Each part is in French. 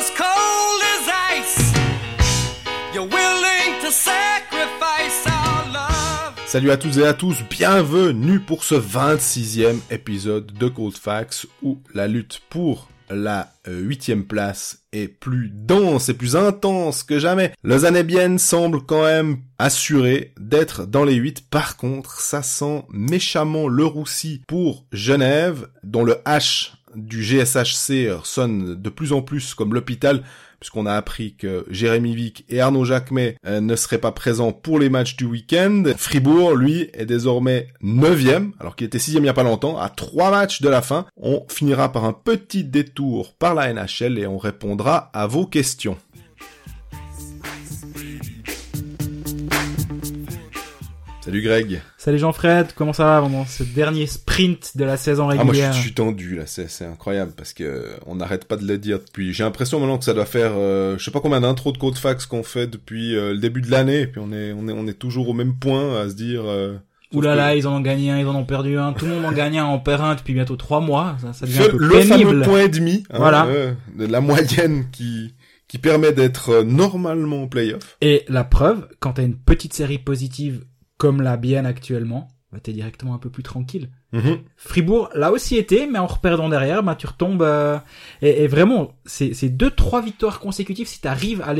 as cold as ice. You're willing to sacrifice our love. Salut à toutes et à tous, bienvenue pour ce 26e épisode de Cold Facts où la lutte pour la 8e place est plus dense et plus intense que jamais. Lausanne-et-Bienne semble quand même assuré d'être dans les 8. Par contre, ça sent méchamment le roussi pour Genève, dont le H du GSHC sonne de plus en plus comme l'hôpital, puisqu'on a appris que Jérémy Vick et Arnaud Jacquemet ne seraient pas présents pour les matchs du week-end. Fribourg, lui, est désormais 9e, alors qu'il était 6e il n'y a pas longtemps, à 3 matchs de la fin. On finira par un petit détour par la NHL et on répondra à vos questions. Salut Greg. Salut Jean-Fred, comment ça va pendant ce dernier sprint de la saison régulière? Moi je suis tendu là, c'est incroyable parce que on n'arrête pas de le dire depuis. J'ai l'impression maintenant que ça doit faire je sais pas combien d'intros de Cold Facts qu'on fait depuis le début de l'année et puis on est toujours au même point à se dire oulala, ils en ont gagné un, ils en ont perdu un, tout le monde en gagne un, en perd un depuis bientôt 3 mois, ça devient un peu le pénible. Fameux point et demi, hein, voilà. De la moyenne qui permet d'être normalement en play-off. Et la preuve, quand t'as une petite série positive comme la Bienne actuellement, bah t'es directement un peu plus tranquille. Mm-hmm. Fribourg l'a aussi été, mais en reperdant derrière, bah tu retombes et vraiment c'est 2-3 victoires consécutives. Si t'arrives à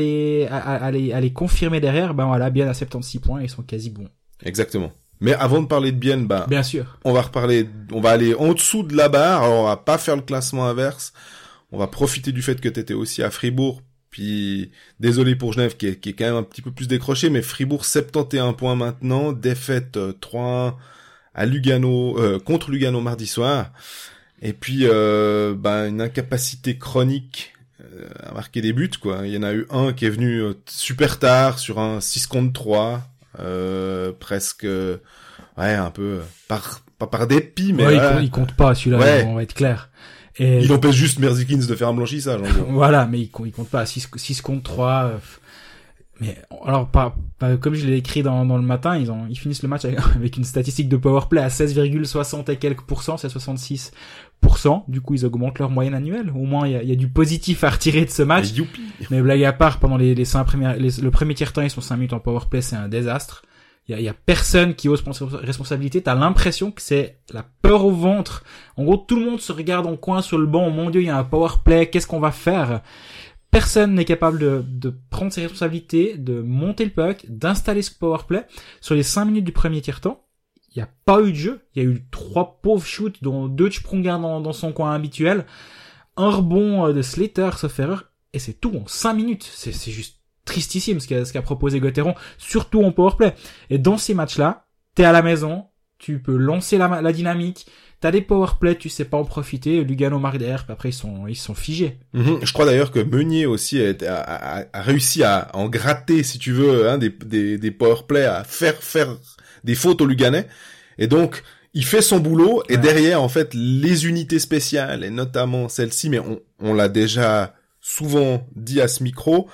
les confirmer derrière, ben voilà, Bienne à 76 points, ils sont quasi bons. Exactement. Mais avant de parler de Bienne, bien sûr, on va aller en dessous de la barre. Alors on va pas faire le classement inverse. On va profiter du fait que t'étais aussi à Fribourg. Puis, désolé pour Genève qui est quand même un petit peu plus décroché, mais Fribourg 71 points maintenant, défaite 3-1 à Lugano, contre Lugano mardi soir. Et puis, une incapacité chronique à marquer des buts, quoi. Il y en a eu un qui est venu super tard sur un 6 contre 3, presque, un peu pas par dépit, mais ouais, il compte pas celui-là, ouais. On va être clair. Et il empêche juste Merzlikins de faire un blanchissage, en gros. Voilà, mais il compte pas 6 contre 3. Mais alors pas comme je l'ai écrit dans le matin, ils finissent le match avec une statistique de powerplay à 16,60 et quelques %, c'est 66%. Du coup, ils augmentent leur moyenne annuelle. Au moins il y a du positif à retirer de ce match. Youpi. Mais blague à part, pendant le premier tiers-temps, ils sont 5 minutes en powerplay, c'est un désastre. Il y a personne qui ose prendre ses responsabilités. T'as l'impression que c'est la peur au ventre. En gros, tout le monde se regarde en coin sur le banc. Oh mon Dieu, il y a un power play. Qu'est-ce qu'on va faire? Personne n'est capable de prendre ses responsabilités, de monter le puck, d'installer ce power play. Sur les 5 minutes du premier tiers-temps, il n'y a pas eu de jeu. Il y a eu 3 pauvres shoots, dont 2 de Sprunger dans son coin habituel. Un rebond de Slater, sauf erreur. Et c'est tout en 5 minutes. C'est juste tristissime ce qu'a proposé Gauthieron, surtout en powerplay. Et dans ces matchs-là, t'es à la maison, tu peux lancer la dynamique, t'as des powerplay, tu sais pas en profiter, Lugano marque derrière, puis après ils sont figés. Je crois d'ailleurs que Meunier aussi a réussi à en gratter, si tu veux, des powerplay, à faire des fautes aux Luganais. Et donc, il fait son boulot, et derrière, en fait, les unités spéciales, et notamment celle-ci, mais on l'a déjà souvent dit à ce micro,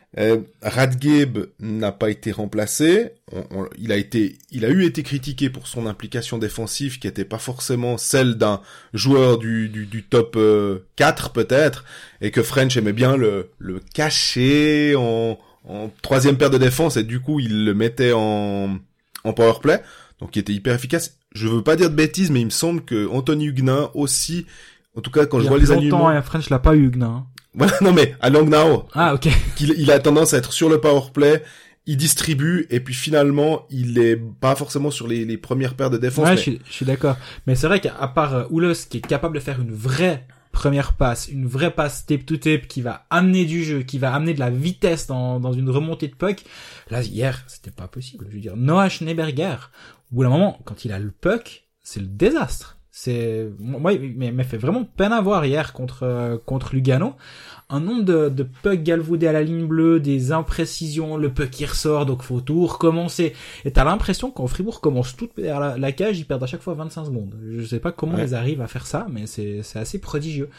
Radgeb n'a pas été remplacé. Il a été critiqué pour son implication défensive qui était pas forcément celle d'un joueur du top 4 peut-être, et que French aimait bien le cacher en troisième paire de défense, et du coup il le mettait en powerplay, donc il était hyper efficace. Je veux pas dire de bêtises, mais il me semble que Anthony Huguenin aussi, en tout cas quand je vois les alignements. Et French l'a pas eu, Huguenin. Voilà, non mais à Langnau. Ah, ok. Il a tendance à être sur le powerplay, il distribue, et puis finalement, il est pas forcément sur les premières paires de défense. Ouais, mais... je suis d'accord. Mais c'est vrai qu'à part Oulos, qui est capable de faire une vraie première passe, une vraie passe tape to tape, qui va amener du jeu, qui va amener de la vitesse dans une remontée de puck, là, hier, c'était pas possible. Je veux dire, Noah Schneeberger, au bout d'un moment, quand il a le puck, c'est le désastre. Moi, il m'a fait vraiment peine à voir hier contre Lugano. Un nombre de pucks galvaudés à la ligne bleue, des imprécisions, le puck qui ressort, donc faut tout recommencer. Et t'as l'impression quand Fribourg commence tout derrière la cage, ils perdent à chaque fois 25 secondes. Je sais pas comment ils arrivent à faire ça, mais c'est assez prodigieux.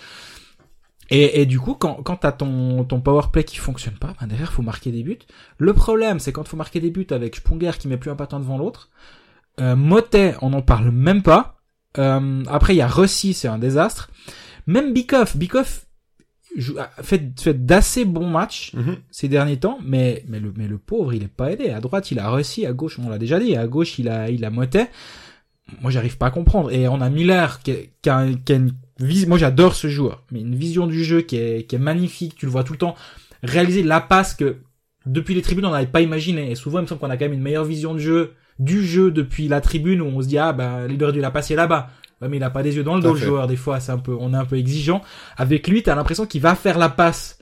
Et du coup, quand t'as ton powerplay qui fonctionne pas, ben derrière faut marquer des buts. Le problème, c'est quand faut marquer des buts avec Sprunger qui met plus un patin devant l'autre. Motet, on n'en parle même pas. Après il y a Rossi, c'est un désastre. Même Bikoff, fait d'assez bons matchs Mhm. ces derniers temps, mais le pauvre, il est pas aidé. À droite, il a Rossi, à gauche, on l'a déjà dit, à gauche, il a Motet. Moi, j'arrive pas à comprendre. Et on a Miller qui a une vision. Moi, j'adore ce joueur, mais une vision du jeu qui est magnifique. Tu le vois tout le temps réaliser la passe que depuis les tribunes on n'avait pas imaginé. Et souvent, il me semble qu'on a quand même une meilleure vision du jeu depuis la tribune où on se dit il aurait dû la passer là-bas. Ouais, mais il a pas des yeux dans le dos, le joueur. Des fois, on est un peu exigeant. Avec lui, t'as l'impression qu'il va faire la passe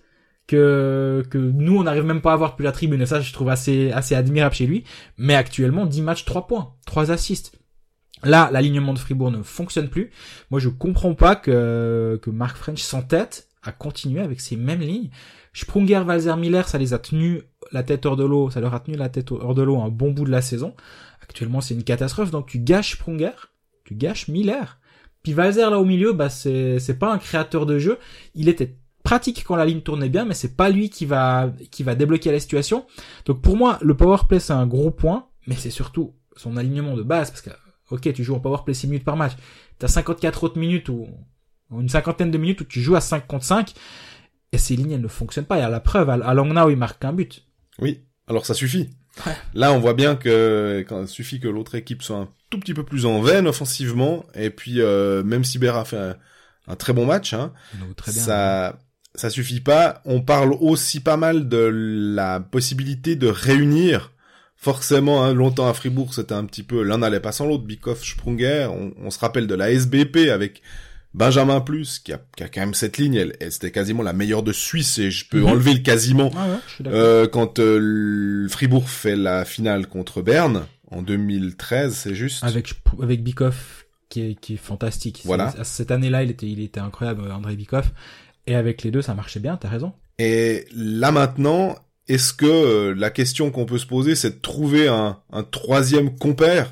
que nous, on n'arrive même pas à voir depuis la tribune. Et ça, je trouve assez admirable chez lui. Mais actuellement, 10 matchs, 3 points, 3 assists. Là, l'alignement de Fribourg ne fonctionne plus. Moi, je comprends pas que Mark French s'entête à continuer avec ces mêmes lignes. Sprunger, Walser, Miller, ça les a tenus la tête hors de l'eau. Ça leur a tenu la tête hors de l'eau un bon bout de la saison. Actuellement, c'est une catastrophe. Donc, tu gâches Sprunger. Tu gâches Miller. Puis Walser là au milieu, c'est pas un créateur de jeu. Il était pratique quand la ligne tournait bien, mais c'est pas lui qui va débloquer la situation. Donc pour moi, le powerplay c'est un gros point, mais c'est surtout son alignement de base, parce que ok, tu joues en powerplay 6 minutes par match, t'as 54 autres minutes ou une cinquantaine de minutes où tu joues à 5 contre 5, et ces lignes elles ne fonctionnent pas. Il y a la preuve, à Langnau il marque un but. Oui, alors ça suffit. Ouais. Là, on voit bien que quand il suffit que l'autre équipe soit un tout petit peu plus en veine offensivement, et puis même si Berra fait un très bon match, hein, Très bien, ça suffit pas. On parle aussi pas mal de la possibilité de réunir. Forcément, hein, longtemps à Fribourg, c'était un petit peu l'un n'allait pas sans l'autre. Bikoff, Sprunger. On se rappelle de la SBP avec Benjamin Plus, qui a quand même cette ligne. Elle c'était quasiment la meilleure de Suisse, et je peux enlever le quasiment. Ah ouais, je suis d'accord. Quand Fribourg fait la finale contre Berne en 2013, c'est juste. Avec Bikoff qui est fantastique. Voilà. Cette année-là, il était incroyable, Andrei Bikoff. Et avec les deux, ça marchait bien, t'as raison. Et là maintenant, est-ce que la question qu'on peut se poser, c'est de trouver un troisième compère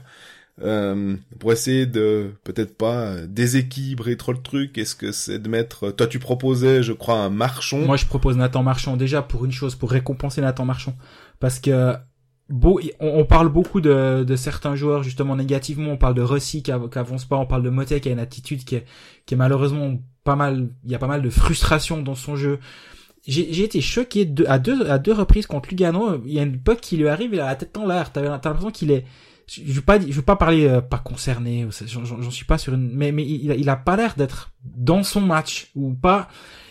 pour essayer de peut-être pas déséquilibrer trop le truc? Est-ce que c'est de mettre, toi tu proposais, je crois, un Marchand? Moi, je propose Nathan Marchand déjà pour une chose, pour récompenser Nathan Marchand, parce que on parle beaucoup de certains joueurs justement négativement. On parle de Rossi qui avance pas, on parle de Motet qui a une attitude qui est malheureusement pas mal. Il y a pas mal de frustration dans son jeu. J'ai été choqué à deux reprises contre Lugano. Il y a une puck qui lui arrive, il a la tête en l'air. T'as l'impression qu'il est. Je veux pas parler pas concerné. J'en suis pas sur une. Mais il a pas l'air d'être dans son match ou pas.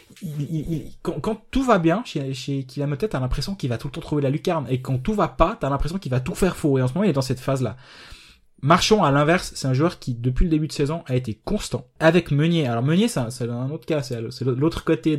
Quand tout va bien chez Kylian Motet, t'as l'impression qu'il va tout le temps trouver la lucarne, et quand tout va pas, t'as l'impression qu'il va tout faire faux. Et en ce moment, il est dans cette phase-là. Marchand, à l'inverse, c'est un joueur qui, depuis le début de saison, a été constant. Avec Meunier. Alors Meunier, c'est un autre cas, c'est l'autre côté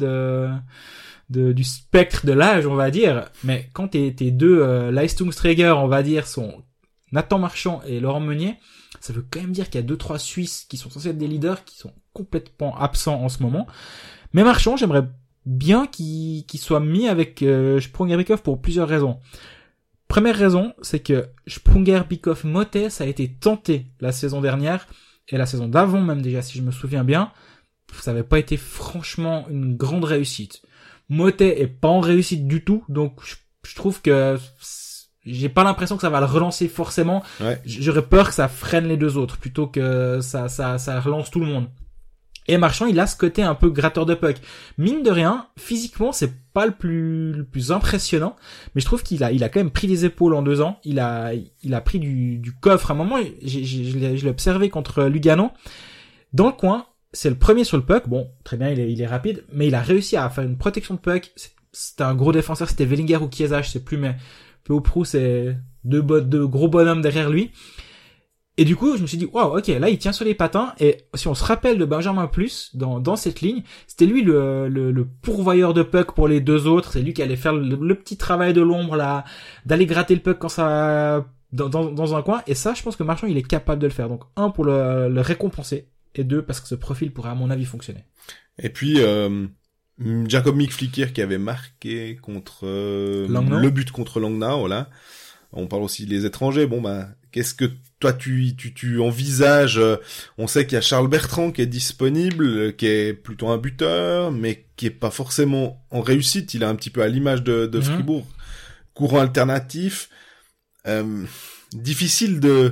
du spectre de l'âge, on va dire. Mais quand tes deux Leistungsträger, on va dire, sont Nathan Marchand et Laurent Meunier, ça veut quand même dire qu'il y a 2-3 Suisses qui sont censés être des leaders qui sont complètement absents en ce moment. Mais Marchand, j'aimerais bien qu'il soit mis avec Sprunger, Bikoff pour plusieurs raisons. Première raison, c'est que Sprunger, Bikoff, Motet, ça a été tenté la saison dernière, et la saison d'avant même déjà, si je me souviens bien, ça avait pas été franchement une grande réussite. Motet est pas en réussite du tout, donc je trouve que j'ai pas l'impression que ça va le relancer forcément. Ouais. J'aurais peur que ça freine les deux autres, plutôt que ça relance tout le monde. Et Marchand, il a ce côté un peu gratteur de puck. Mine de rien, physiquement, c'est pas le plus impressionnant, mais je trouve qu'il a quand même pris des épaules en 2 ans. Il a pris du coffre. À un moment, je l'ai observé contre Lugano. Dans le coin, c'est le premier sur le puck. Bon, très bien, il est rapide, mais il a réussi à faire une protection de puck. C'était un gros défenseur, c'était Wellinger ou Chiesa, je sais plus, mais peu ou prou, c'est deux gros bonhommes derrière lui. Et du coup, je me suis dit, waouh, ok, là, il tient sur les patins. Et si on se rappelle de Benjamin Plus, dans cette ligne, c'était lui le pourvoyeur de puck pour les deux autres. C'est lui qui allait faire le petit travail de l'ombre, là, d'aller gratter le puck quand ça, dans un coin. Et ça, je pense que Marchand, il est capable de le faire. Donc, 1, pour le récompenser. Et 2, parce que ce profil pourrait, à mon avis, fonctionner. Et puis, Jacob Mick-Flicker qui avait marqué contre, le but contre Langnau, là. On parle aussi des étrangers. Bon, bah, qu'est-ce que toi tu envisages? On sait qu'il y a Charles Bertrand qui est disponible, qui est plutôt un buteur, mais qui est pas forcément en réussite. Il est un petit peu à l'image de Fribourg. Courant alternatif. Difficile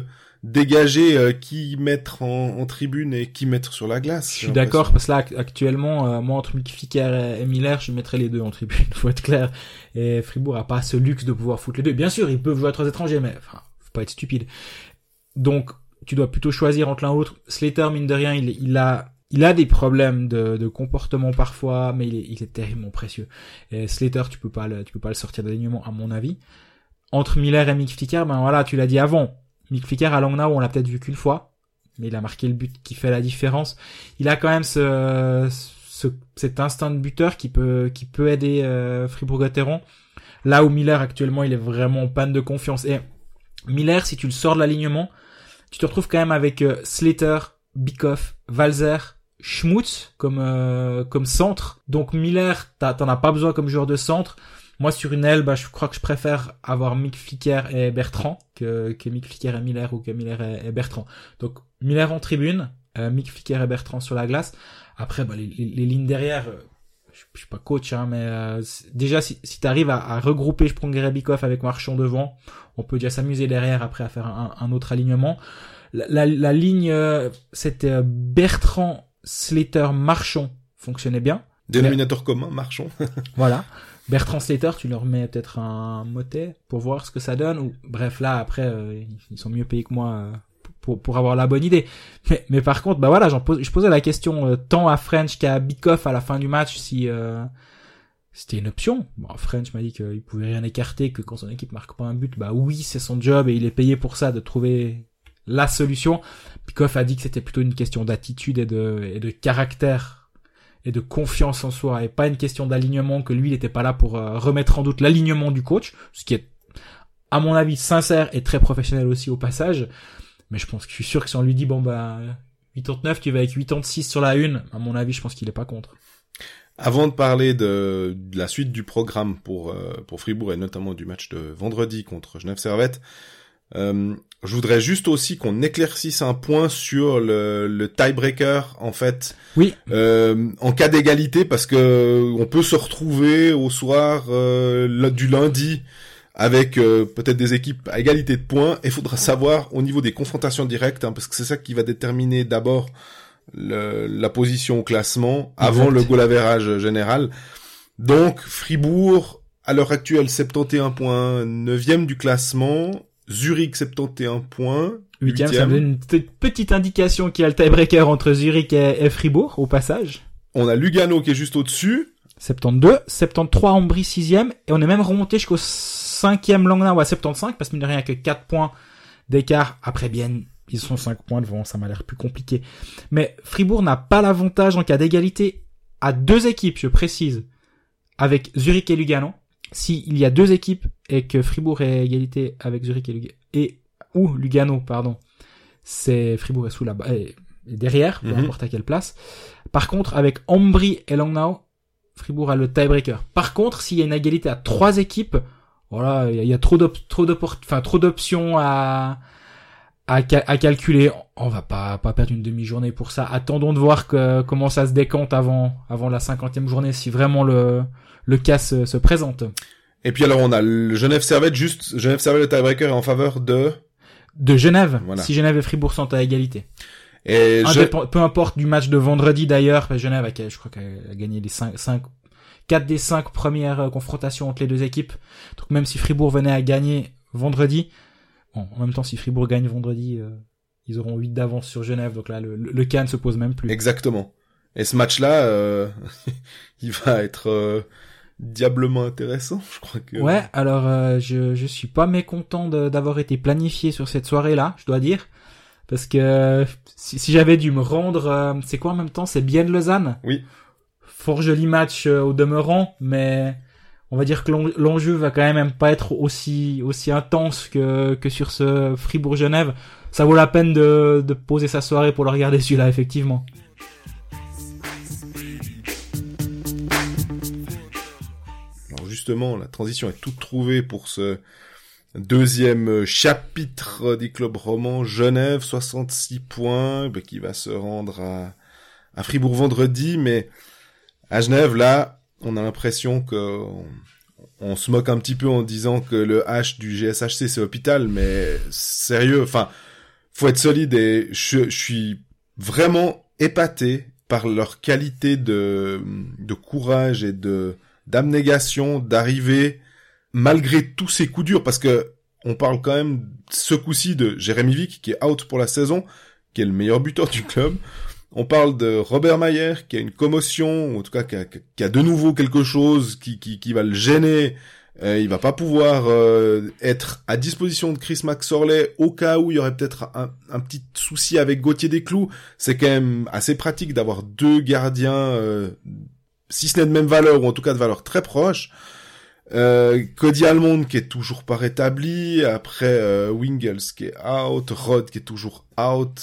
dégager qui mettre en tribune et qui mettre sur la glace. Je suis d'accord, parce que là, actuellement, moi, entre Mick Flicker et Miller, je mettrais les deux en tribune, faut être clair. Et Fribourg a pas ce luxe de pouvoir foutre les deux. Bien sûr, ils peuvent jouer à 3 étrangers, mais enfin, faut pas être stupide. Donc, tu dois plutôt choisir entre l'un ou l'autre. Slater, mine de rien, il a des problèmes de comportement parfois, mais il est terriblement précieux. Et Slater, tu peux pas le sortir d'alignement, à mon avis. Entre Miller et Mick Flicker, ben voilà, tu l'as dit avant. Mick Flicker à Langnau, on l'a peut-être vu qu'une fois, mais il a marqué le but qui fait la différence. Il a quand même cet instinct de buteur qui peut aider Fribourg-Gotteron. Là où Miller actuellement, il est vraiment en panne de confiance. Et Miller, si tu le sors de l'alignement, tu te retrouves quand même avec Slater, Bikoff, Walzer, Schmutz comme centre. Donc Miller, t'en as pas besoin comme joueur de centre. Moi, sur une aile, je crois que je préfère avoir Mick Flicker et Bertrand que Mick Flicker et Miller ou que Miller et Bertrand. Donc, Miller en tribune, Mick Flicker et Bertrand sur la glace. Après, les lignes derrière, je suis pas coach, hein, mais déjà, si t'arrives à regrouper Sprunger et Bikoff avec Marchand devant, on peut déjà s'amuser derrière après à faire un autre alignement. La ligne, c'était Bertrand, Slater, Marchand fonctionnait bien. Dénominateur commun, Marchand. Voilà. Bertrand Slater, tu leur mets peut-être un motet pour voir ce que ça donne, ou bref, là après ils sont mieux payés que moi pour avoir la bonne idée. Mais par contre, voilà, je posais la question tant à French qu'à Bikoff à la fin du match si c'était une option. Bon, French m'a dit qu'il pouvait rien écarter, que quand son équipe marque pas un but, oui, c'est son job et il est payé pour ça, de trouver la solution. Bikoff a dit que c'était plutôt une question d'attitude et de caractère et de confiance en soi, et pas une question d'alignement, que lui, il était pas là pour remettre en doute l'alignement du coach, ce qui est, à mon avis, sincère et très professionnel aussi au passage. Mais je pense que je suis sûr que si on lui dit, 89, tu vas avec 86 sur la une, à mon avis, je pense qu'il est pas contre. Avant de parler de la suite du programme pour Fribourg, et notamment du match de vendredi contre Genève Servette, je voudrais juste aussi qu'on éclaircisse un point sur le tiebreaker, en fait. Oui. En cas d'égalité, parce que on peut se retrouver au soir du lundi avec peut-être des équipes à égalité de points, et il faudra savoir au niveau des confrontations directes, parce que c'est ça qui va déterminer d'abord la position au classement avant le goal average général. Donc Fribourg, à l'heure actuelle, 71 points, 9e du classement. Zurich 71 points, 8e, ça me donne une petite indication qu'il y a le tiebreaker entre Zurich et Fribourg, au passage. On a Lugano qui est juste au-dessus. 72, 73 Ambry 6e, et on est même remonté jusqu'au 5e Langnau à 75, parce que mine de rien, il n'y a que 4 points d'écart. Après, bien, ils sont 5 points devant, ça m'a l'air plus compliqué. Mais Fribourg n'a pas l'avantage en cas d'égalité à 2 équipes, je précise, avec Zurich et Lugano. S'il y a 2 équipes et que Fribourg est égalité avec Zurich ou Lugano, c'est Fribourg est sous la et derrière, peu importe à quelle place. Par contre, avec Ambry et Langnau, Fribourg a le tiebreaker. Par contre, s'il y a une égalité à 3 équipes, voilà, il y a trop d'options à calculer. On va pas perdre une demi-journée pour ça. Attendons de voir comment ça se décante avant la 50e journée, si vraiment le cas se présente. Et puis alors on a le Genève Servette, le tiebreaker est en faveur de Genève. Voilà. Si Genève et Fribourg sont à égalité. Et peu importe du match de vendredi d'ailleurs, parce que Genève je crois qu'elle a gagné les 4 des 5 premières confrontations entre les deux équipes. Donc même si Fribourg venait à gagner vendredi, en même temps si Fribourg gagne vendredi, ils auront 8 d'avance sur Genève, donc là le cas ne se pose même plus. Exactement. Et ce match-là, il va être diablement intéressant, je crois que. Ouais, alors je suis pas mécontent d'avoir été planifié sur cette soirée-là, je dois dire, parce que si j'avais dû me rendre, c'est quoi en même temps, c'est Bienne Lausanne. Oui. Fort joli match au demeurant, mais on va dire que l'enjeu va quand même pas être aussi intense que sur ce Fribourg-Genève. Ça vaut la peine de poser sa soirée pour le regarder celui-là, effectivement. Justement, la transition est toute trouvée pour ce deuxième chapitre des clubs romans. Genève, 66 points, qui va se rendre à Fribourg vendredi, mais à Genève, là, on a l'impression que on se moque un petit peu en disant que le H du GSHC c'est hôpital, mais sérieux, enfin, faut être solide et je suis vraiment épaté par leur qualité de courage et d'abnégation d'arriver malgré tous ces coups durs, parce que on parle quand même ce coup-ci de Jérémy Vick qui est out pour la saison, qui est le meilleur buteur du club. On parle de Robert Mayer qui a une commotion, ou en tout cas qui a de nouveau quelque chose qui va le gêner. Il va pas pouvoir être à disposition de Chris McSorley au cas où il y aurait peut-être un petit souci avec Gauthier Desclous. C'est quand même assez pratique d'avoir deux gardiens, si ce n'est de même valeur, ou en tout cas de valeur très proche. Cody Almond qui est toujours pas rétabli, après Wingels qui est out, Rod qui est toujours out.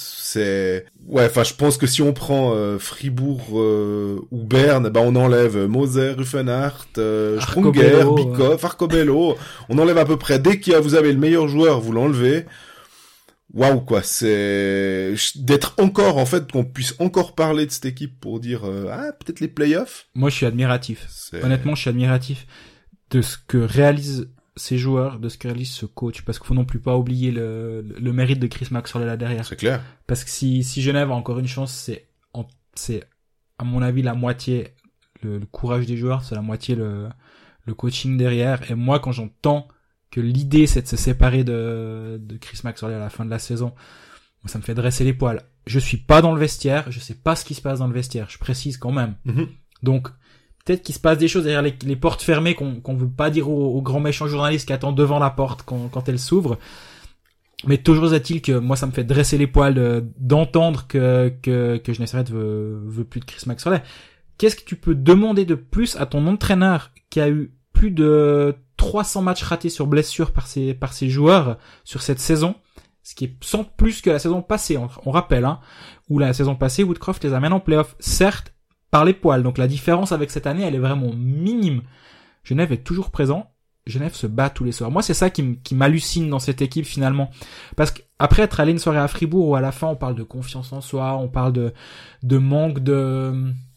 Je pense que si on prend Fribourg ou Berne, on enlève Moser, Ruffenhardt, Sprunger, Bikoff, Arcobello, on enlève à peu près, dès vous avez le meilleur joueur, vous l'enlevez. Waouh, quoi, c'est d'être encore, en fait, qu'on puisse encore parler de cette équipe pour dire peut-être les playoffs. Moi je suis admiratif. Honnêtement, je suis admiratif de ce que réalisent ces joueurs, de ce que réalise ce coach, parce qu'il faut non plus pas oublier le mérite de Chris McSorley là derrière. C'est clair. Parce que si Genève a encore une chance, c'est à mon avis la moitié le courage des joueurs, c'est la moitié le coaching derrière. Et moi, quand j'entends que l'idée c'est de se séparer de Chris McSorley à la fin de la saison, ça me fait dresser les poils. Je suis pas dans le vestiaire, je sais pas ce qui se passe dans le vestiaire, je précise quand même. Mm-hmm. Donc peut-être qu'il se passe des choses derrière les portes fermées qu'on veut pas dire aux grands méchants journalistes qui attendent devant la porte quand elle s'ouvre. Mais toujours est-il que moi ça me fait dresser les poils d'entendre que Genève veut plus de Chris McSorley. Qu'est-ce que tu peux demander de plus à ton entraîneur qui a eu plus de 300 matchs ratés sur blessure par ses joueurs sur cette saison, ce qui est 100 plus que la saison passée, on rappelle, où la saison passée Woodcroft les amène en play-off, certes par les poils. Donc la différence avec cette année, elle est vraiment minime. Genève est toujours présent. Genève se bat tous les soirs. Moi, c'est ça qui m'hallucine dans cette équipe finalement. Parce qu'après être allé une soirée à Fribourg où à la fin on parle de confiance en soi, on parle de manque de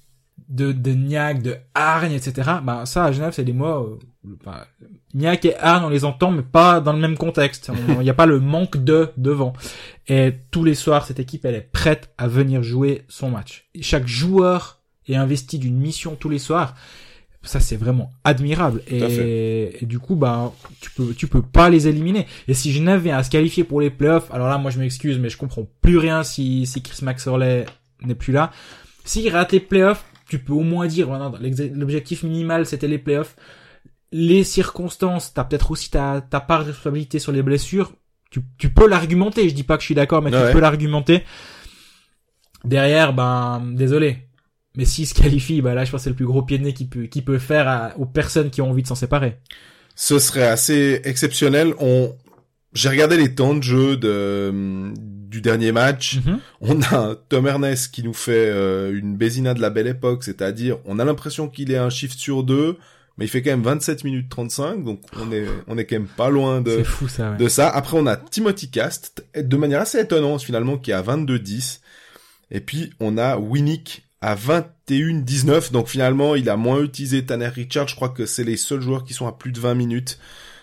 niaque, de hargne, etc. Ça à Genève c'est des mots. Niaque et hargne on les entend mais pas dans le même contexte. Il n'y a pas le manque de devant. Et tous les soirs cette équipe elle est prête à venir jouer son match. Et chaque joueur est investi d'une mission tous les soirs. Ça c'est vraiment admirable et du coup tu peux pas les éliminer. Et si Genève vient à se qualifier pour les playoffs, alors là moi je m'excuse mais je comprends plus rien si Chris McSorley n'est plus là. S'il rate les playoffs, tu peux au moins dire l'objectif minimal c'était les playoffs. Les circonstances, t'as peut-être aussi ta part de responsabilité sur les blessures. Tu peux l'argumenter, je dis pas que je suis d'accord mais tu peux l'argumenter. Derrière désolé. Mais s'il se qualifie, là, je pense que c'est le plus gros pied de nez qu'il peut faire aux personnes qui ont envie de s'en séparer. Ce serait assez exceptionnel. J'ai regardé les temps de jeu du dernier match. Mm-hmm. On a Tom Ernest qui nous fait une Bézina de la belle époque, c'est-à-dire, on a l'impression qu'il est un shift sur 2, mais il fait quand même 27 minutes 35, donc on est quand même pas loin de, c'est fou, ça, ouais. De ça. Après, on a Timothy Cast, de manière assez étonnante, finalement, qui est à 22-10. Et puis, on a Winnick à 21-19, donc finalement il a moins utilisé Tanner Richard, je crois que c'est les seuls joueurs qui sont à plus de 20 minutes.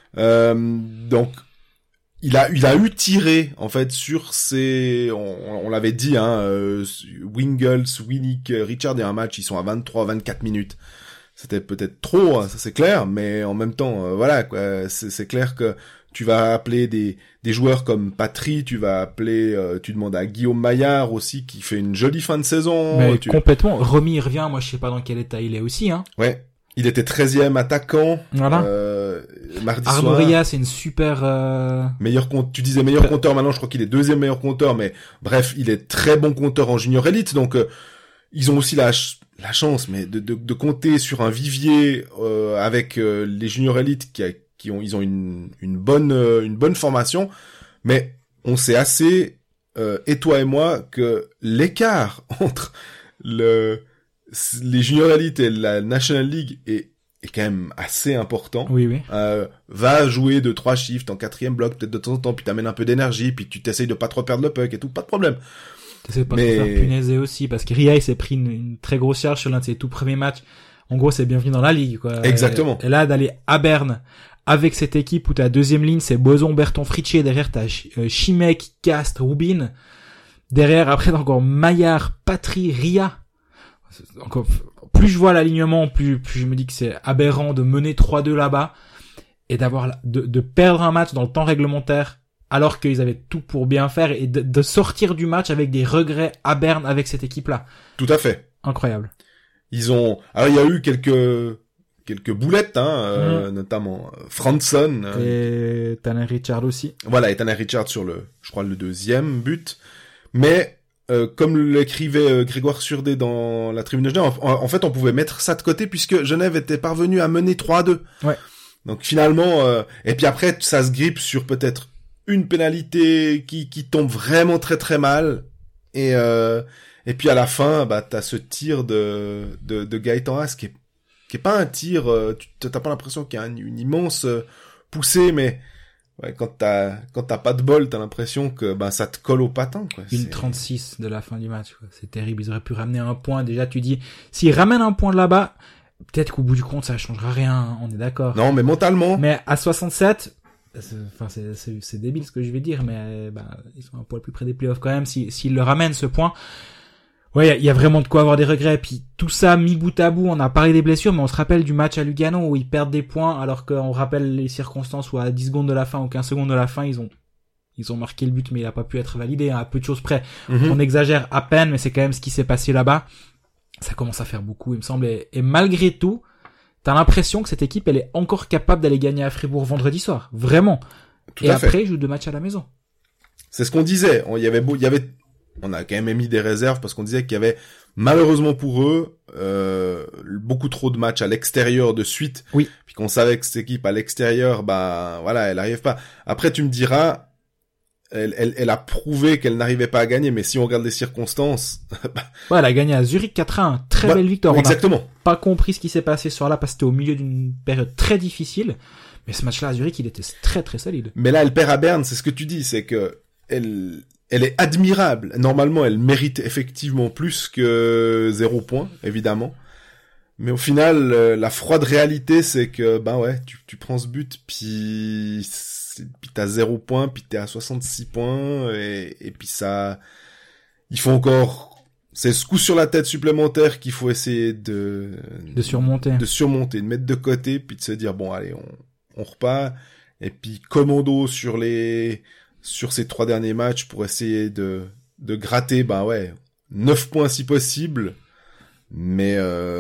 Donc il a eu tiré en fait sur ces, on l'avait dit, Wingels, Winnick, Richard et un match, ils sont à 23-24 minutes. C'était peut-être trop, ça c'est clair, mais en même temps, c'est clair que tu vas appeler des joueurs comme Patry, tu vas appeler, tu demandes à Guillaume Maillard aussi, qui fait une jolie fin de saison. Mais complètement. Romy, il revient, moi je sais pas dans quel état il est aussi, Ouais. Il était 13e attaquant. Voilà. Mardi soir. Arboria, c'est une super, tu disais meilleur compteur, maintenant je crois qu'il est 2e meilleur compteur, mais bref, il est très bon compteur en junior élite, donc, ils ont aussi la chance, mais de compter sur un vivier, avec, les junior élites ils ont une bonne formation, mais on sait assez, et toi et moi, que l'écart entre les junior élites et la National League est quand même assez important. Oui. Va jouer 2-3 shifts en 4e bloc, peut-être de temps en temps, puis t'amènes un peu d'énergie, puis tu t'essayes de pas trop perdre le puck et tout, pas de problème. T'essayes de pas trop faire punaiser aussi, parce que Ria, il s'est pris une très grosse charge sur l'un de ses tout premiers matchs. En gros, c'est bienvenu dans la ligue, quoi. Exactement. Et là, d'aller à Berne, avec cette équipe où ta deuxième ligne c'est Boson, Berton, Fritché, derrière t'as Chimek, Cast, Rubin, derrière après t'as encore Maillard, Patry, Ria. Encore, plus je vois l'alignement, plus je me dis que c'est aberrant de mener 3-2 là-bas et de perdre un match dans le temps réglementaire alors qu'ils avaient tout pour bien faire et de sortir du match avec des regrets à Berne avec cette équipe-là. Tout à fait. Incroyable. Alors il y a eu quelques boulettes, notamment Franson. Et Tanner Richard aussi. Voilà, et Tanner Richard sur je crois le deuxième but. Mais, comme l'écrivait Grégoire Surdé dans la tribune de Genève, en fait, on pouvait mettre ça de côté puisque Genève était parvenu à mener 3-2. Ouais. Donc finalement, et puis après, ça se grippe sur peut-être une pénalité qui tombe vraiment très très mal. Et puis à la fin, bah, t'as ce tir de Gaëtan Haas qui est pas un tir, t'as pas l'impression qu'il y a une immense poussée, mais ouais, quand t'as pas de bol, t'as l'impression que ça te colle au patin, quoi. 1:36 de la fin du match, quoi. C'est terrible. Ils auraient pu ramener un point. Déjà, tu dis, s'ils ramènent un point de là-bas, peut-être qu'au bout du compte, ça changera rien. On est d'accord. Non, mais mentalement. Mais à 67, c'est débile ce que je vais dire, mais ils sont un poil plus près des playoffs quand même. S'ils le ramènent ce point. Ouais, il y a vraiment de quoi avoir des regrets. Puis tout ça mis bout à bout, on a parlé des blessures, mais on se rappelle du match à Lugano où ils perdent des points alors qu'on rappelle les circonstances où à 10 secondes de la fin ou 15 secondes de la fin, ils ont marqué le but, mais il a pas pu être validé, à peu de choses près. On exagère à peine, mais c'est quand même ce qui s'est passé là-bas. Ça commence à faire beaucoup, il me semble. Et malgré tout, t'as l'impression que cette équipe, elle est encore capable d'aller gagner à Fribourg vendredi soir. Vraiment. Tout à fait. Après, ils jouent 2 matchs à la maison. C'est ce qu'on disait. On a quand même émis des réserves parce qu'on disait qu'il y avait, malheureusement pour eux, beaucoup trop de matchs à l'extérieur de suite. Oui. Puis qu'on savait que cette équipe à l'extérieur, elle arrive pas. Après, tu me diras, elle a prouvé qu'elle n'arrivait pas à gagner, mais si on regarde les circonstances, ouais, elle a gagné à Zurich 4-1, très belle victoire. Exactement. On n'a pas compris ce qui s'est passé ce soir-là parce que c'était au milieu d'une période très difficile. Mais ce match-là à Zurich, il était très très solide. Mais là, elle perd à Berne, c'est ce que tu dis, c'est que elle est admirable. Normalement, elle mérite effectivement plus que 0 point, évidemment. Mais au final, la froide réalité, c'est que, tu prends ce but, puis t'as 0 point, puis t'es à 66 points, et puis ça, il faut encore, c'est ce coup sur la tête supplémentaire qu'il faut essayer de surmonter, de mettre de côté, puis de se dire, bon, allez, on repart, et puis commando sur ces 3 derniers matchs pour essayer de gratter, 9 points si possible, mais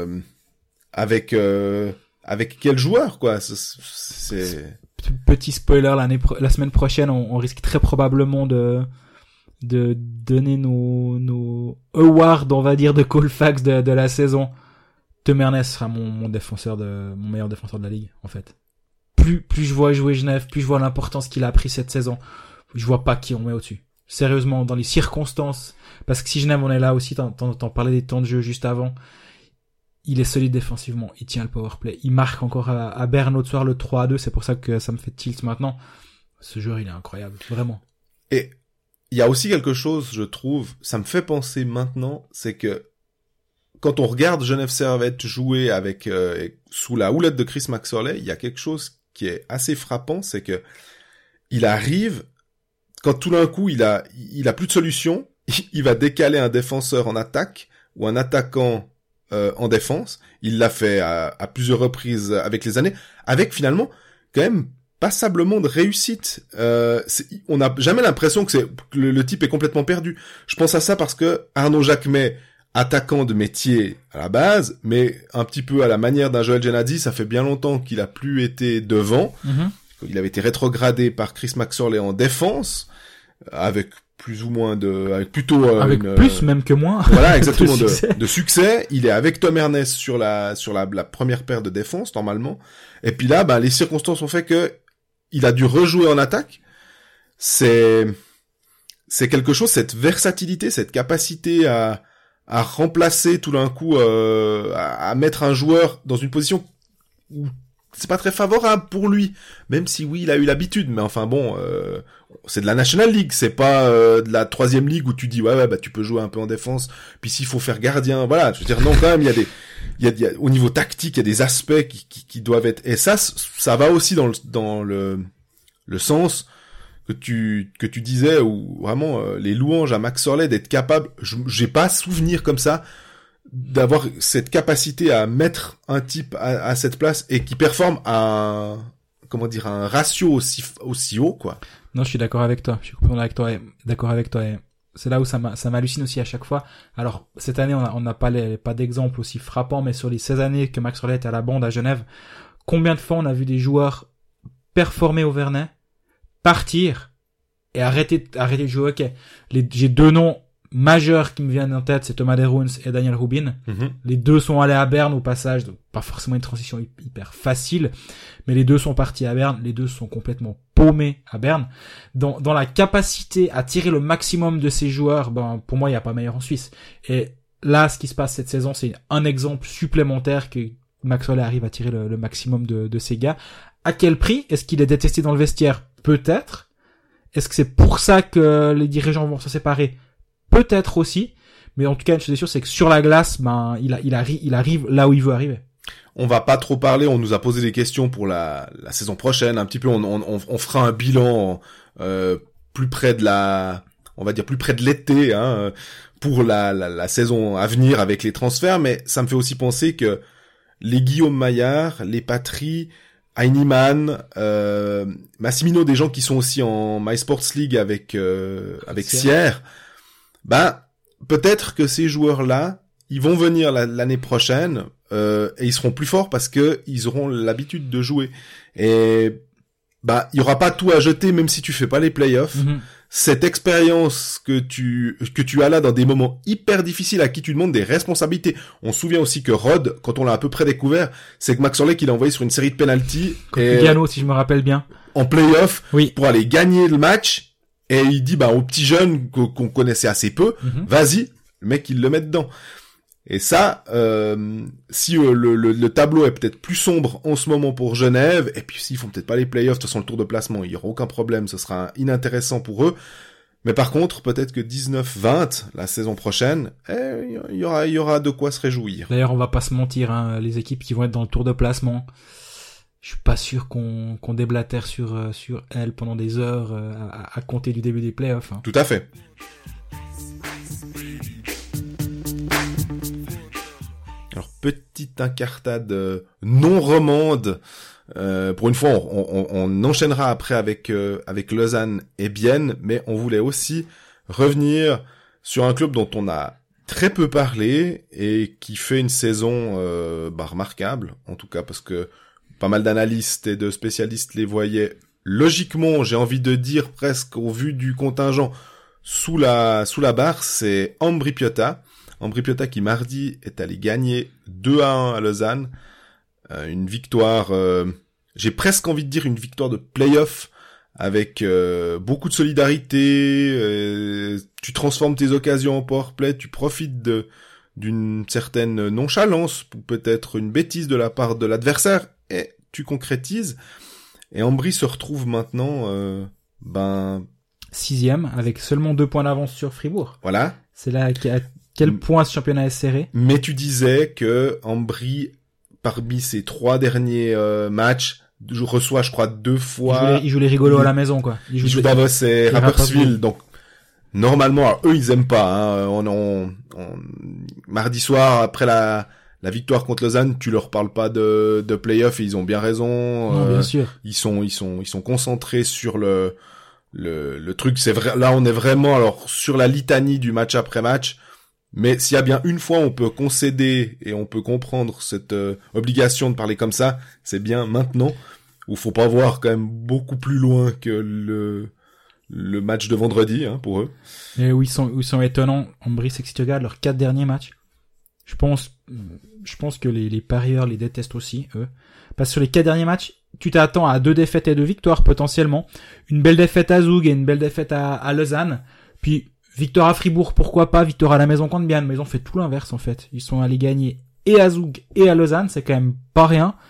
avec quel joueur, quoi. C'est... Petit spoiler, la semaine prochaine, on risque très probablement de donner nos awards, on va dire, de Colfax de la saison. Tom Ernest sera mon meilleur défenseur de la ligue, en fait. Plus je vois jouer Genève, plus je vois l'importance qu'il a pris cette saison. Je vois pas qui on met au-dessus. Sérieusement, dans les circonstances, parce que si Genève on est là aussi, t'en parlais des temps de jeu juste avant, il est solide défensivement, il tient le powerplay, il marque encore à Berne l'autre soir le 3-2, c'est pour ça que ça me fait tilt maintenant. Ce joueur, il est incroyable, vraiment. Et il y a aussi quelque chose, je trouve, ça me fait penser maintenant, c'est que quand on regarde Genève Servette jouer avec sous la houlette de Chris Maxwell, il y a quelque chose qui est assez frappant, c'est que il arrive, quand tout d'un coup il a plus de solution, il va décaler un défenseur en attaque ou un attaquant en défense. Il l'a fait à plusieurs reprises avec les années, avec finalement quand même passablement de réussite. On n'a jamais l'impression que le type est complètement perdu. Je pense à ça parce que Arnaud Jacquemet, attaquant de métier à la base, mais un petit peu à la manière d'un Joël Genadzi, ça fait bien longtemps qu'il a plus été devant. Il avait été rétrogradé par Chris Maxwell en défense, avec plus ou moins avec plus même que moins. Voilà, exactement, de succès. Il est avec Tom Ernest sur la première paire de défense, normalement. Et puis là, les circonstances ont fait que il a dû rejouer en attaque. C'est quelque chose, cette versatilité, cette capacité à remplacer tout d'un coup, à mettre un joueur dans une position où c'est pas très favorable pour lui. Même si oui, il a eu l'habitude, mais enfin bon, c'est de la National League, c'est pas de la 3e ligue où tu dis ouais bah tu peux jouer un peu en défense, puis s'il faut faire gardien, voilà, je veux dire non quand même, il y a au niveau tactique, il y a des aspects qui doivent être, et ça va aussi dans le sens que tu disais, où vraiment les louanges à Max Orley d'être capable, j'ai pas souvenir comme ça d'avoir cette capacité à mettre un type à cette place et qui performe à un ratio aussi haut, quoi. Non, je suis d'accord avec toi. Je suis complètement d'accord avec toi. Et c'est là où ça m'hallucine aussi à chaque fois. Alors, cette année, on n'a pas d'exemple aussi frappant, mais sur les 16 années que Max Orley était à la bande à Genève, combien de fois on a vu des joueurs performer au Vernet, partir et arrêter de jouer au hockey. J'ai 2 noms majeurs qui me viennent en tête, c'est Thomas Deruns et Daniel Rubin. Les 2 sont allés à Berne au passage, donc pas forcément une transition hyper facile, mais les 2 sont partis à Berne, les 2 sont complètement paumés à Berne. Dans la capacité à tirer le maximum de ces joueurs, pour moi, il n'y a pas meilleur en Suisse. Et là, ce qui se passe cette saison, c'est un exemple supplémentaire que Max Orley arrive à tirer le maximum de ces gars. À quel prix? Est-ce qu'il est détesté dans le vestiaire? Peut-être. Est-ce que c'est pour ça que les dirigeants vont se séparer? Peut-être aussi, mais en tout cas, une chose est sûre, c'est que sur la glace, il arrive là où il veut arriver. On va pas trop parler, on nous a posé des questions pour la saison prochaine, un petit peu, on fera un bilan plus près de l'été, hein, pour la saison à venir avec les transferts, mais ça me fait aussi penser que les Guillaume Maillard, les Patry, Heinemann, Massimino, des gens qui sont aussi en MySports League avec Sierre, peut-être que ces joueurs-là, ils vont venir l'année prochaine et ils seront plus forts parce que ils auront l'habitude de jouer. Et il y aura pas tout à jeter même si tu fais pas les playoffs. Cette expérience que tu as là dans des moments hyper difficiles à qui tu demandes des responsabilités. On se souvient aussi que Rod, quand on l'a à peu près découvert, c'est que Max Orley qu'il a envoyé sur une série de penalties contre Lugano, si je me rappelle bien, en playoff, oui, pour aller gagner le match. Et il dit, aux petits jeunes qu'on connaissait assez peu, vas-y, le mec, il le met dedans. Et ça, si le tableau est peut-être plus sombre en ce moment pour Genève, et puis s'ils font peut-être pas les playoffs, de toute façon, le tour de placement, il y aura aucun problème, ce sera inintéressant pour eux. Mais par contre, peut-être que 19-20, la saison prochaine, il y aura de quoi se réjouir. D'ailleurs, on va pas se mentir, hein, les équipes qui vont être dans le tour de placement, je suis pas sûr qu'on déblatère sur elle pendant des heures à compter du début des playoffs. Hein. Tout à fait. Alors, petite incartade non romande. Pour une fois, on enchaînera après avec Lausanne et Bienne, mais on voulait aussi revenir sur un club dont on a très peu parlé et qui fait une saison remarquable, en tout cas parce que pas mal d'analystes et de spécialistes les voyaient logiquement, j'ai envie de dire presque au vu du contingent, sous la barre, c'est Ambri Piotta. Ambri Piotta qui mardi est allé gagner 2-1 à Lausanne. Une victoire, j'ai presque envie de dire une victoire de play-off avec beaucoup de solidarité. Tu transformes tes occasions en powerplay, tu profites d'une certaine nonchalance, ou peut-être une bêtise de la part de l'adversaire, et tu concrétises. Et Ambri se retrouve maintenant, 6e, avec seulement 2 points d'avance sur Fribourg. Voilà. C'est là à quel point ce championnat est serré. Mais tu disais que Ambri, parmi ses 3 derniers matchs, reçoit, je crois, 2 fois... Il joue les rigolos à la maison, quoi. Il joue Davos et Rapperswil, donc normalement, alors, eux, ils aiment pas. Hein. Mardi soir, après la victoire contre Lausanne, tu leur parles pas de play-off et ils ont bien raison. Non, bien sûr. Ils sont concentrés sur le truc. C'est vrai. Là, on est vraiment alors sur la litanie du match après match. Mais s'il y a bien une fois où on peut concéder et on peut comprendre cette obligation de parler comme ça, c'est bien maintenant, où faut pas voir quand même beaucoup plus loin que le match de vendredi, hein, pour eux. Et où ils sont étonnants, Ambri, c'est que si tu regardes leurs 4 derniers matchs, je pense que les parieurs les détestent aussi, eux. Parce que sur les 4 derniers matchs, tu t'attends à 2 défaites et 2 victoires, potentiellement. Une belle défaite à Zug et une belle défaite à Lausanne. Puis, victoire à Fribourg, pourquoi pas, victoire à la maison contre Bienne, mais ils ont fait tout l'inverse, en fait. Ils sont allés gagner et à Zug et à Lausanne, c'est quand même pas rien.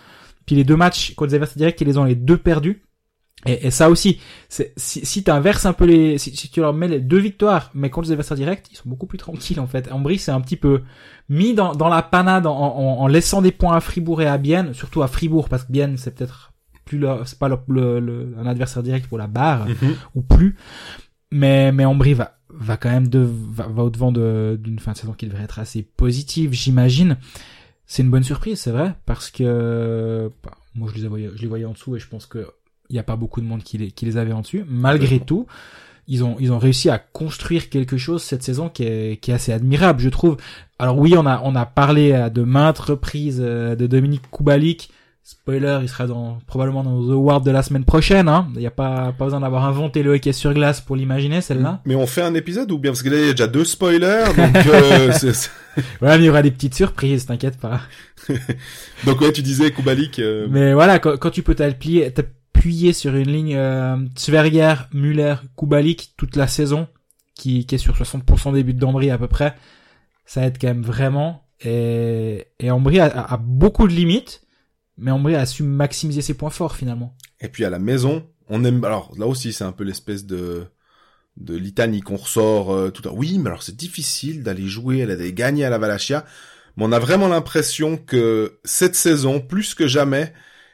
Puis les 2 matchs contre les adversaires directs, ils les ont les 2 perdus. Et ça aussi, si t'inverses un peu si tu leur mets les 2 victoires, mais contre les adversaires directs, ils sont beaucoup plus tranquilles, en fait. Ambry, c'est un petit peu mis dans la panade en laissant des points à Fribourg et à Bienne, surtout à Fribourg, parce que Bienne, c'est peut-être c'est pas un adversaire direct pour la barre, ou plus. Mais Ambry va quand même va au-devant d'une fin de saison qui devrait être assez positive, j'imagine. C'est une bonne surprise, c'est vrai, parce que, moi, je les voyais en dessous et je pense que il y a pas beaucoup de monde qui les avait en dessus. Malgré tout, ils ont réussi à construire quelque chose cette saison qui est assez admirable, je trouve. Alors oui, on a parlé de maintes reprises de Dominik Kubalik. Spoiler, il sera probablement dans The Award de la semaine prochaine, hein. Il y a pas besoin d'avoir inventé le hockey sur glace pour l'imaginer, celle-là. Mais on fait un épisode ou bien? Parce que là, il y a déjà 2 spoilers, donc, Ouais, mais il y aura des petites surprises, t'inquiète pas. Donc ouais, tu disais Kubalik, Mais voilà, quand tu peux t'appuyer sur une ligne, Zwerger, Müller, Kubalik toute la saison, qui est sur 60% des buts d'Ambry à peu près, ça aide quand même vraiment. Et Ambry a beaucoup de limites, mais Ambry a su maximiser ses points forts finalement. Et puis à la maison, on aime. Alors là aussi, c'est un peu l'espèce de litanie qu'on ressort tout à l'heure. Oui, mais alors c'est difficile d'aller jouer, d'aller gagner à la Valachia. Mais on a vraiment l'impression que cette saison, plus que jamais,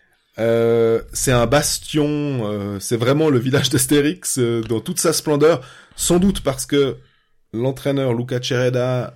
c'est un bastion. C'est vraiment le village d'Astérix dans toute sa splendeur. Sans doute parce que l'entraîneur Luca Cereda,